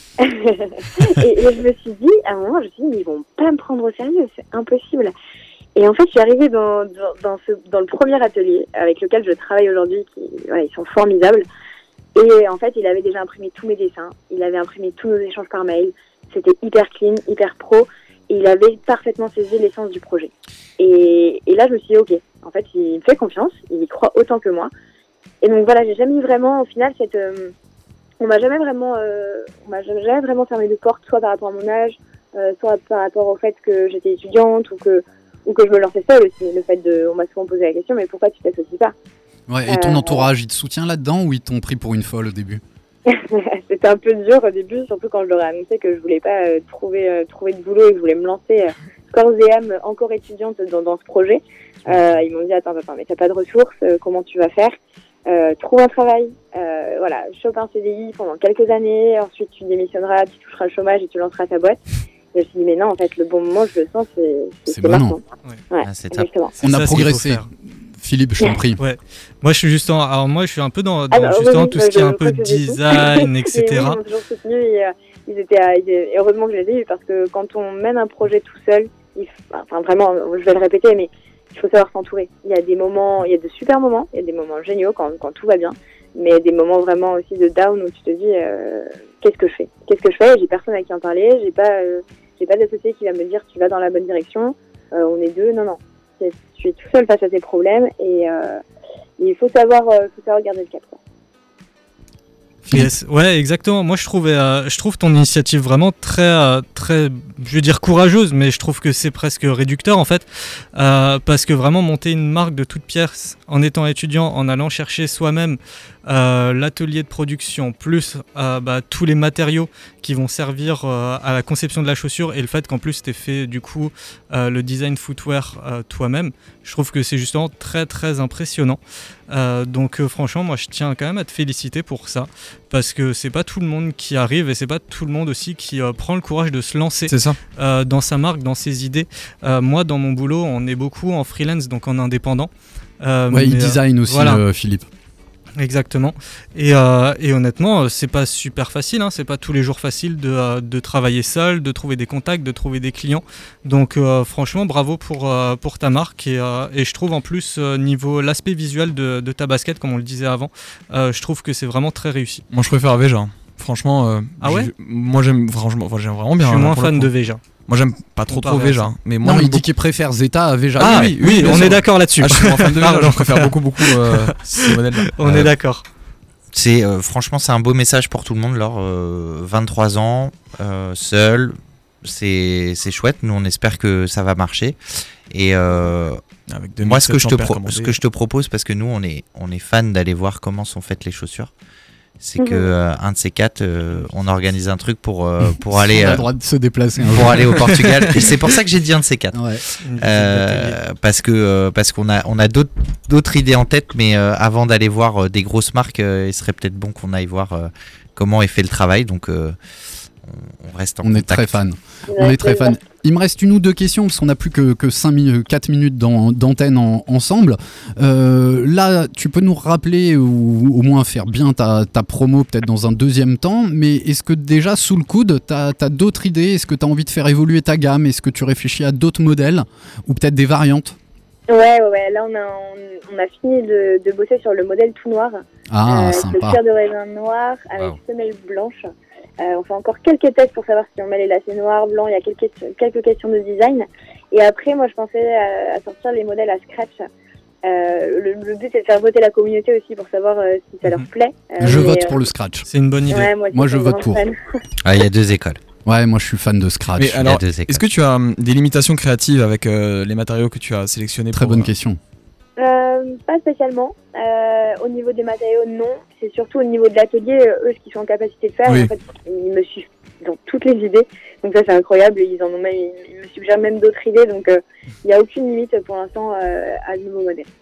et, et je me suis dit, à un moment je me suis dit mais ils vont pas me prendre au sérieux, c'est impossible. Et en fait je suis arrivée dans, dans, dans, ce, dans le premier atelier avec lequel je travaille aujourd'hui, qui, voilà, ils sont formidables. Et en fait, il avait déjà imprimé tous mes dessins, il avait imprimé tous nos échanges par mail, c'était hyper clean, hyper pro, et il avait parfaitement saisi l'essence du projet. Et, et là, je me suis dit, ok, en fait, il me fait confiance, il y croit autant que moi. Et donc voilà, j'ai jamais eu vraiment, au final, cette, euh, on m'a jamais vraiment, euh, on m'a jamais, jamais vraiment fermé de porte, soit par rapport à mon âge, euh, soit par rapport au fait que j'étais étudiante ou que, ou que je me lançais seule aussi. Le fait de, on m'a souvent posé la question, mais pourquoi tu t'associes pas? Ouais, et ton euh, entourage, il te soutient là-dedans ou ils t'ont pris pour une folle au début? C'était un peu dur au début, surtout quand je leur ai annoncé que je voulais pas euh, trouver, euh, trouver de boulot et que je voulais me lancer euh, corps et âme, encore étudiante dans, dans ce projet. Euh, ils m'ont dit attends, attends, mais t'as pas de ressources, euh, comment tu vas faire? euh, Trouve un travail, euh, voilà, chope un C D I pendant quelques années, ensuite tu démissionneras, tu toucheras le chômage et tu lanceras ta boîte. Et je me suis dit mais non, en fait le bon moment, je le sens, c'est, c'est, c'est, c'est maintenant. Ouais, ouais ah, c'est exactement. On a progressé. Philippe, je t'en prie. Ouais. Moi, je suis juste en... Alors, moi, je suis un peu dans, dans ah, justement oui, tout ce qui est un peu design, et cetera. Ils m'ont toujours soutenu et, euh, ils étaient, euh, ils étaient, et heureusement que je les ai eu parce que quand on mène un projet tout seul, il, enfin vraiment, je vais le répéter, mais il faut savoir s'entourer. Il y a des moments, il y a de super moments, il y a des moments géniaux quand, quand tout va bien, mais il y a des moments vraiment aussi de down où tu te dis, euh, qu'est-ce que je fais? Qu'est-ce que je fais? J'ai personne à qui en parler, j'ai pas, euh, j'ai pas d'associé qui va me dire tu vas dans la bonne direction. Euh, on est deux, non non. Tu es tout seul face à tes problèmes et euh, il faut savoir, euh, faut savoir garder le cap, quoi. Yes. Ouais, exactement. Moi, je trouve, euh, je trouve ton initiative vraiment très, euh, très, je veux dire courageuse, mais je trouve que c'est presque réducteur en fait, euh, parce que vraiment monter une marque de toute pièce en étant étudiant, en allant chercher soi-même euh, l'atelier de production, plus euh, bah, tous les matériaux qui vont servir euh, à la conception de la chaussure et le fait qu'en plus tu aies fait du coup euh, le design footwear euh, toi-même, je trouve que c'est justement très très impressionnant. Euh, donc euh, franchement, moi je tiens quand même à te féliciter pour ça, parce que c'est pas tout le monde qui arrive et c'est pas tout le monde aussi qui euh, prend le courage de se lancer c'est ça. Euh, dans sa marque, dans ses idées. Euh, moi, dans mon boulot, on est beaucoup en freelance, donc en indépendant. Euh, ouais, il design aussi, voilà. euh, Philippe. Exactement. Et, euh, et honnêtement, c'est pas super facile, hein. C'est pas tous les jours facile de, euh, de travailler seul, de trouver des contacts, de trouver des clients. Donc euh, franchement, bravo pour, euh, pour ta marque. Et, euh, et je trouve en plus, euh, niveau l'aspect visuel de, de ta basket, comme on le disait avant, euh, je trouve que c'est vraiment très réussi. Moi, je préfère Veja. Franchement, euh, ah ouais moi j'aime, franchement, enfin, j'aime vraiment bien. Je suis hein, moins fan de Veja. Moi j'aime pas trop trop Comparé à Veja, ça. mais moi Non, j'aime il dit qu'il préfère Zeta à Veja. Ah oui, oui, oui, bien on sûr. est d'accord là-dessus. Ah, je suis un fan de Veja, Pardon. je préfère beaucoup beaucoup euh, ces modèles-là. On Euh, est d'accord. C'est euh, franchement c'est un beau message pour tout le monde. Laure, euh, vingt-trois ans, euh, seul, c'est c'est chouette. Nous on espère que ça va marcher. Et euh, Avec moi ce que je te deux mille sept cents paires pro- commandées. ce que je te propose, parce que nous on est on est fan d'aller voir comment sont faites les chaussures. C'est Mhm. que euh, un de ces quatre, euh, on organise un truc pour euh, pour On aller a euh, le droit de se déplacer. un pour jour. aller au Portugal. Et c'est pour ça que j'ai dit un de ces quatre. Ouais. Euh, parce que euh, parce qu'on a on a d'autres d'autres idées en tête, mais euh, avant d'aller voir euh, des grosses marques, euh, il serait peut-être bon qu'on aille voir euh, comment est fait le travail. Donc euh, on, on reste en On est contact. très fan. On est très fan. Il me reste une ou deux questions parce qu'on n'a plus que, que cinq minutes, quatre minutes d'an- d'antenne en- ensemble. Euh, là, tu peux nous rappeler ou au moins faire bien ta, ta promo peut-être dans un deuxième temps, mais est-ce que déjà sous le coude, tu as d'autres idées? Est-ce que tu as envie de faire évoluer ta gamme? Est-ce que tu réfléchis à d'autres modèles ou peut-être des variantes? Ouais, ouais, ouais. Là, on a, on, on a fini de, de bosser sur le modèle tout noir. Ah, euh, sympa. Le cuir de raisin noir avec Wow. semelle blanche. Euh, on fait encore quelques tests pour savoir si on met les lacets noirs, blancs. Il y a quelques, quelques questions de design. Et après, moi, je pensais à, à sortir les modèles à scratch. Euh, le, le but, c'est de faire voter la communauté aussi pour savoir euh, si ça leur plaît. Euh, Je mais, vote euh, pour le scratch. C'est une bonne idée. Ouais, moi, Moi, aussi, je suis vote vraiment pour. fan. Ah, il y a deux écoles. Ouais, moi je suis fan de scratch. Mais Il y a alors, deux écoles. est-ce que tu as hum, des limitations créatives avec euh, les matériaux que tu as sélectionnés Très pour, bonne euh, question. Euh, pas spécialement. Euh, au niveau des matériaux, non. C'est surtout au niveau de l'atelier, euh, eux, ce qu'ils sont en capacité de faire. Oui. En fait, ils me suivent dans toutes les idées. Donc ça, c'est incroyable. Ils en ont même, ils me suggèrent même d'autres idées. Donc euh, il n'y a aucune limite pour l'instant euh, à ce nouveau modèle.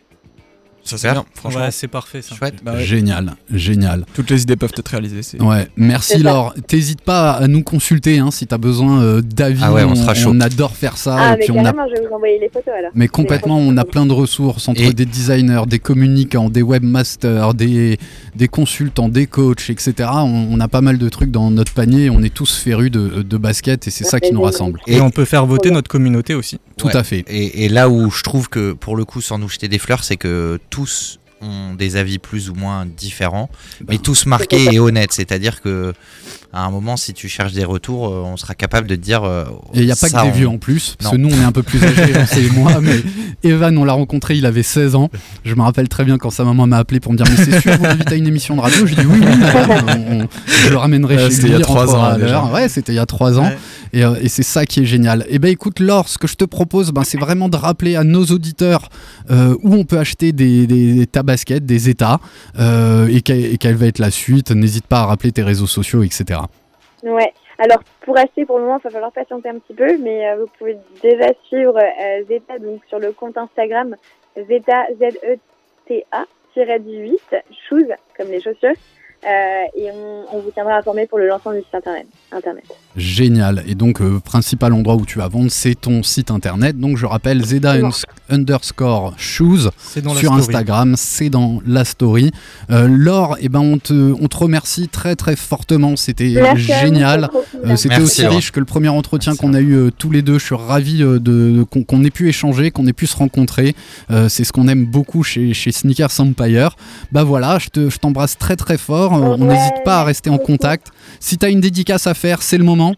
Ça c'est bien, franchement. Ouais, c'est parfait ça. Chouette. Bah ouais. Génial, génial. Toutes les idées peuvent être réalisées. C'est... Ouais, merci C'est ça. Laure. T'hésites pas à nous consulter hein, si t'as besoin euh, d'avis. Ah ouais, on sera chaud. on adore faire ça. Ah, et mais puis on a carrément, je vais vous envoyer les photos alors. Mais complètement, on a plein de ressources entre Et- des designers, des communicants, des webmasters, des, des consultants, des coachs, et cetera. On, on a pas mal de trucs dans notre panier. On est tous férus de, de basket et c'est ça qui nous rassemble. Et, Et- on peut faire voter notre communauté aussi. Tout Ouais. à fait. Et, et là où je trouve que, pour le coup, sans nous jeter des fleurs, c'est que tous ont des avis plus ou moins différents, mais tous marqués et honnêtes. C'est-à-dire que à un moment, si tu cherches des retours, euh, on sera capable de te dire. euh, Et il n'y a pas ça, que des on- vieux en plus, parce Non. que nous on est un peu plus âgés, c'est moi, mais Evan on l'a rencontré, il avait seize ans. Je me rappelle très bien quand sa maman m'a appelé pour me dire mais c'est sûr vous invitez à une émission de radio. J'ai dit oui, oui madame, on- on- je le ramènerai Euh, chez c'était lui. il y a trois rentrera ans, à déjà. l'heure. Ouais, c'était il y a trois ans. Ouais. Et, euh, et c'est ça qui est génial. Et ben écoute Laure, ce que je te propose, ben, c'est vraiment de rappeler à nos auditeurs euh, où on peut acheter des, des, des ta basket, des états, euh, et, que- et quelle va être la suite. N'hésite pas à rappeler tes réseaux sociaux, et cetera. Ouais. Alors pour acheter pour le moment, il va falloir patienter un petit peu, mais euh, vous pouvez déjà suivre euh, Zeta donc sur le compte Instagram Zeta Z E T A dix-huit shoes comme les chaussures. Euh, et on, on vous tiendra informé pour le lancement du site internet. internet. Génial. Et donc, euh, principal endroit où tu vas vendre, c'est ton site internet. Donc, je rappelle, Zeda Non. uns- underscore shoes C'est dans la sur story. Instagram. C'est dans la story. Euh, Laure, eh ben, on, te, on te remercie très, très fortement. C'était Merci à vous, génial. c'est trop cool. Euh, C'était Merci, aussi Laure. riche que le premier entretien Merci, qu'on a eu euh, tous les deux. Je suis ravi euh, de, de- qu'on qu'on ait pu échanger, qu'on ait pu se rencontrer. Euh, c'est ce qu'on aime beaucoup chez, chez Sneakers Empire. Bah voilà, je te- je t'embrasse très très fort. Euh, on Ouais, n'hésite pas à rester en merci beaucoup. contact. Si tu as une dédicace à faire, c'est le moment.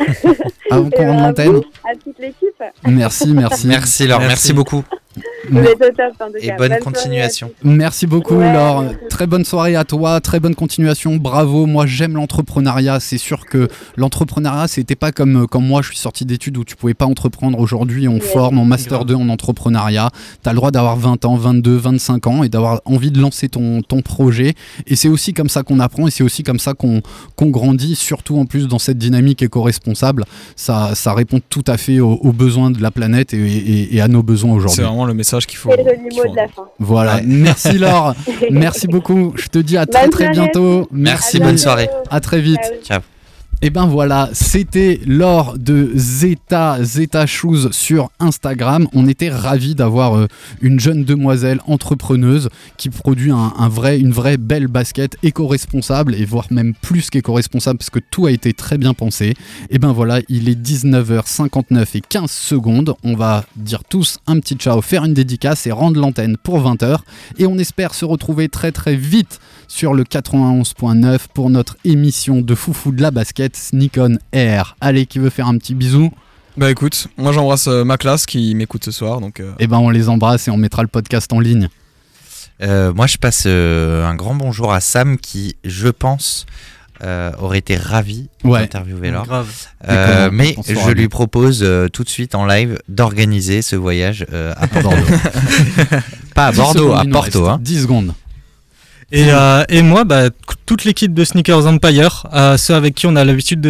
Avant Et qu'on rende à l'antenne. vous, à toute l'équipe. Merci, merci. Merci Laure, Merci. merci beaucoup. Vous êtes au top en tout Et cas. bonne soirée à continuation. tous. Merci beaucoup Ouais, Laure, merci. très bonne soirée à toi, très bonne continuation, bravo, moi j'aime l'entrepreneuriat, c'est sûr que l'entrepreneuriat c'était pas comme quand moi je suis sorti d'études où tu pouvais pas entreprendre, aujourd'hui on Ouais. forme en Master Grave. deux en entrepreneuriat, tu as le droit d'avoir vingt ans, vingt-deux, vingt-cinq ans et d'avoir envie de lancer ton, ton projet et c'est aussi comme ça qu'on apprend et c'est aussi comme ça qu'on qu'on grandit, surtout en plus dans cette dynamique éco-responsable, ça, ça répond tout à fait aux, aux besoins de la planète et, et- et à nos besoins C'est aujourd'hui. vraiment le message qu'il faut. C'est le joli qu'il faut mot de la fin. Voilà, Ouais. merci Laure, merci beaucoup. Je te dis à très Bonne très soirée. bientôt. Merci, À bonne bientôt. soirée. À très vite. Ciao. Ciao. Et ben voilà, c'était Laure de Zeta, Zeta Shoes sur Instagram. On était ravis d'avoir euh, une jeune demoiselle entrepreneuse qui produit un, un vrai, une vraie belle basket éco-responsable et voire même plus qu'éco-responsable parce que tout a été très bien pensé. Et ben voilà, il est dix-neuf heures cinquante-neuf et quinze secondes. On va dire tous un petit ciao, faire une dédicace et rendre l'antenne pour vingt heures. Et on espère se retrouver très très vite sur le quatre-vingt-onze point neuf pour notre émission de foufou de la basket Sneak On Air. Allez, qui veut faire un petit bisou? Bah écoute, moi j'embrasse euh, ma classe qui m'écoute ce soir. Donc, euh... Eh ben on les embrasse et on mettra le podcast en ligne. Euh, moi je passe euh, un grand bonjour à Sam qui, je pense, euh, aurait été ravi ouais. d'interviewer Laure. Grave. Euh, mais je lui propose euh, tout de suite en live d'organiser ce voyage euh, à Bordeaux. Pas à Bordeaux, à Porto. Hein. dix secondes. Et, euh, et moi, bah, toute l'équipe de Sneakers Empire, euh, ceux avec qui on a l'habitude de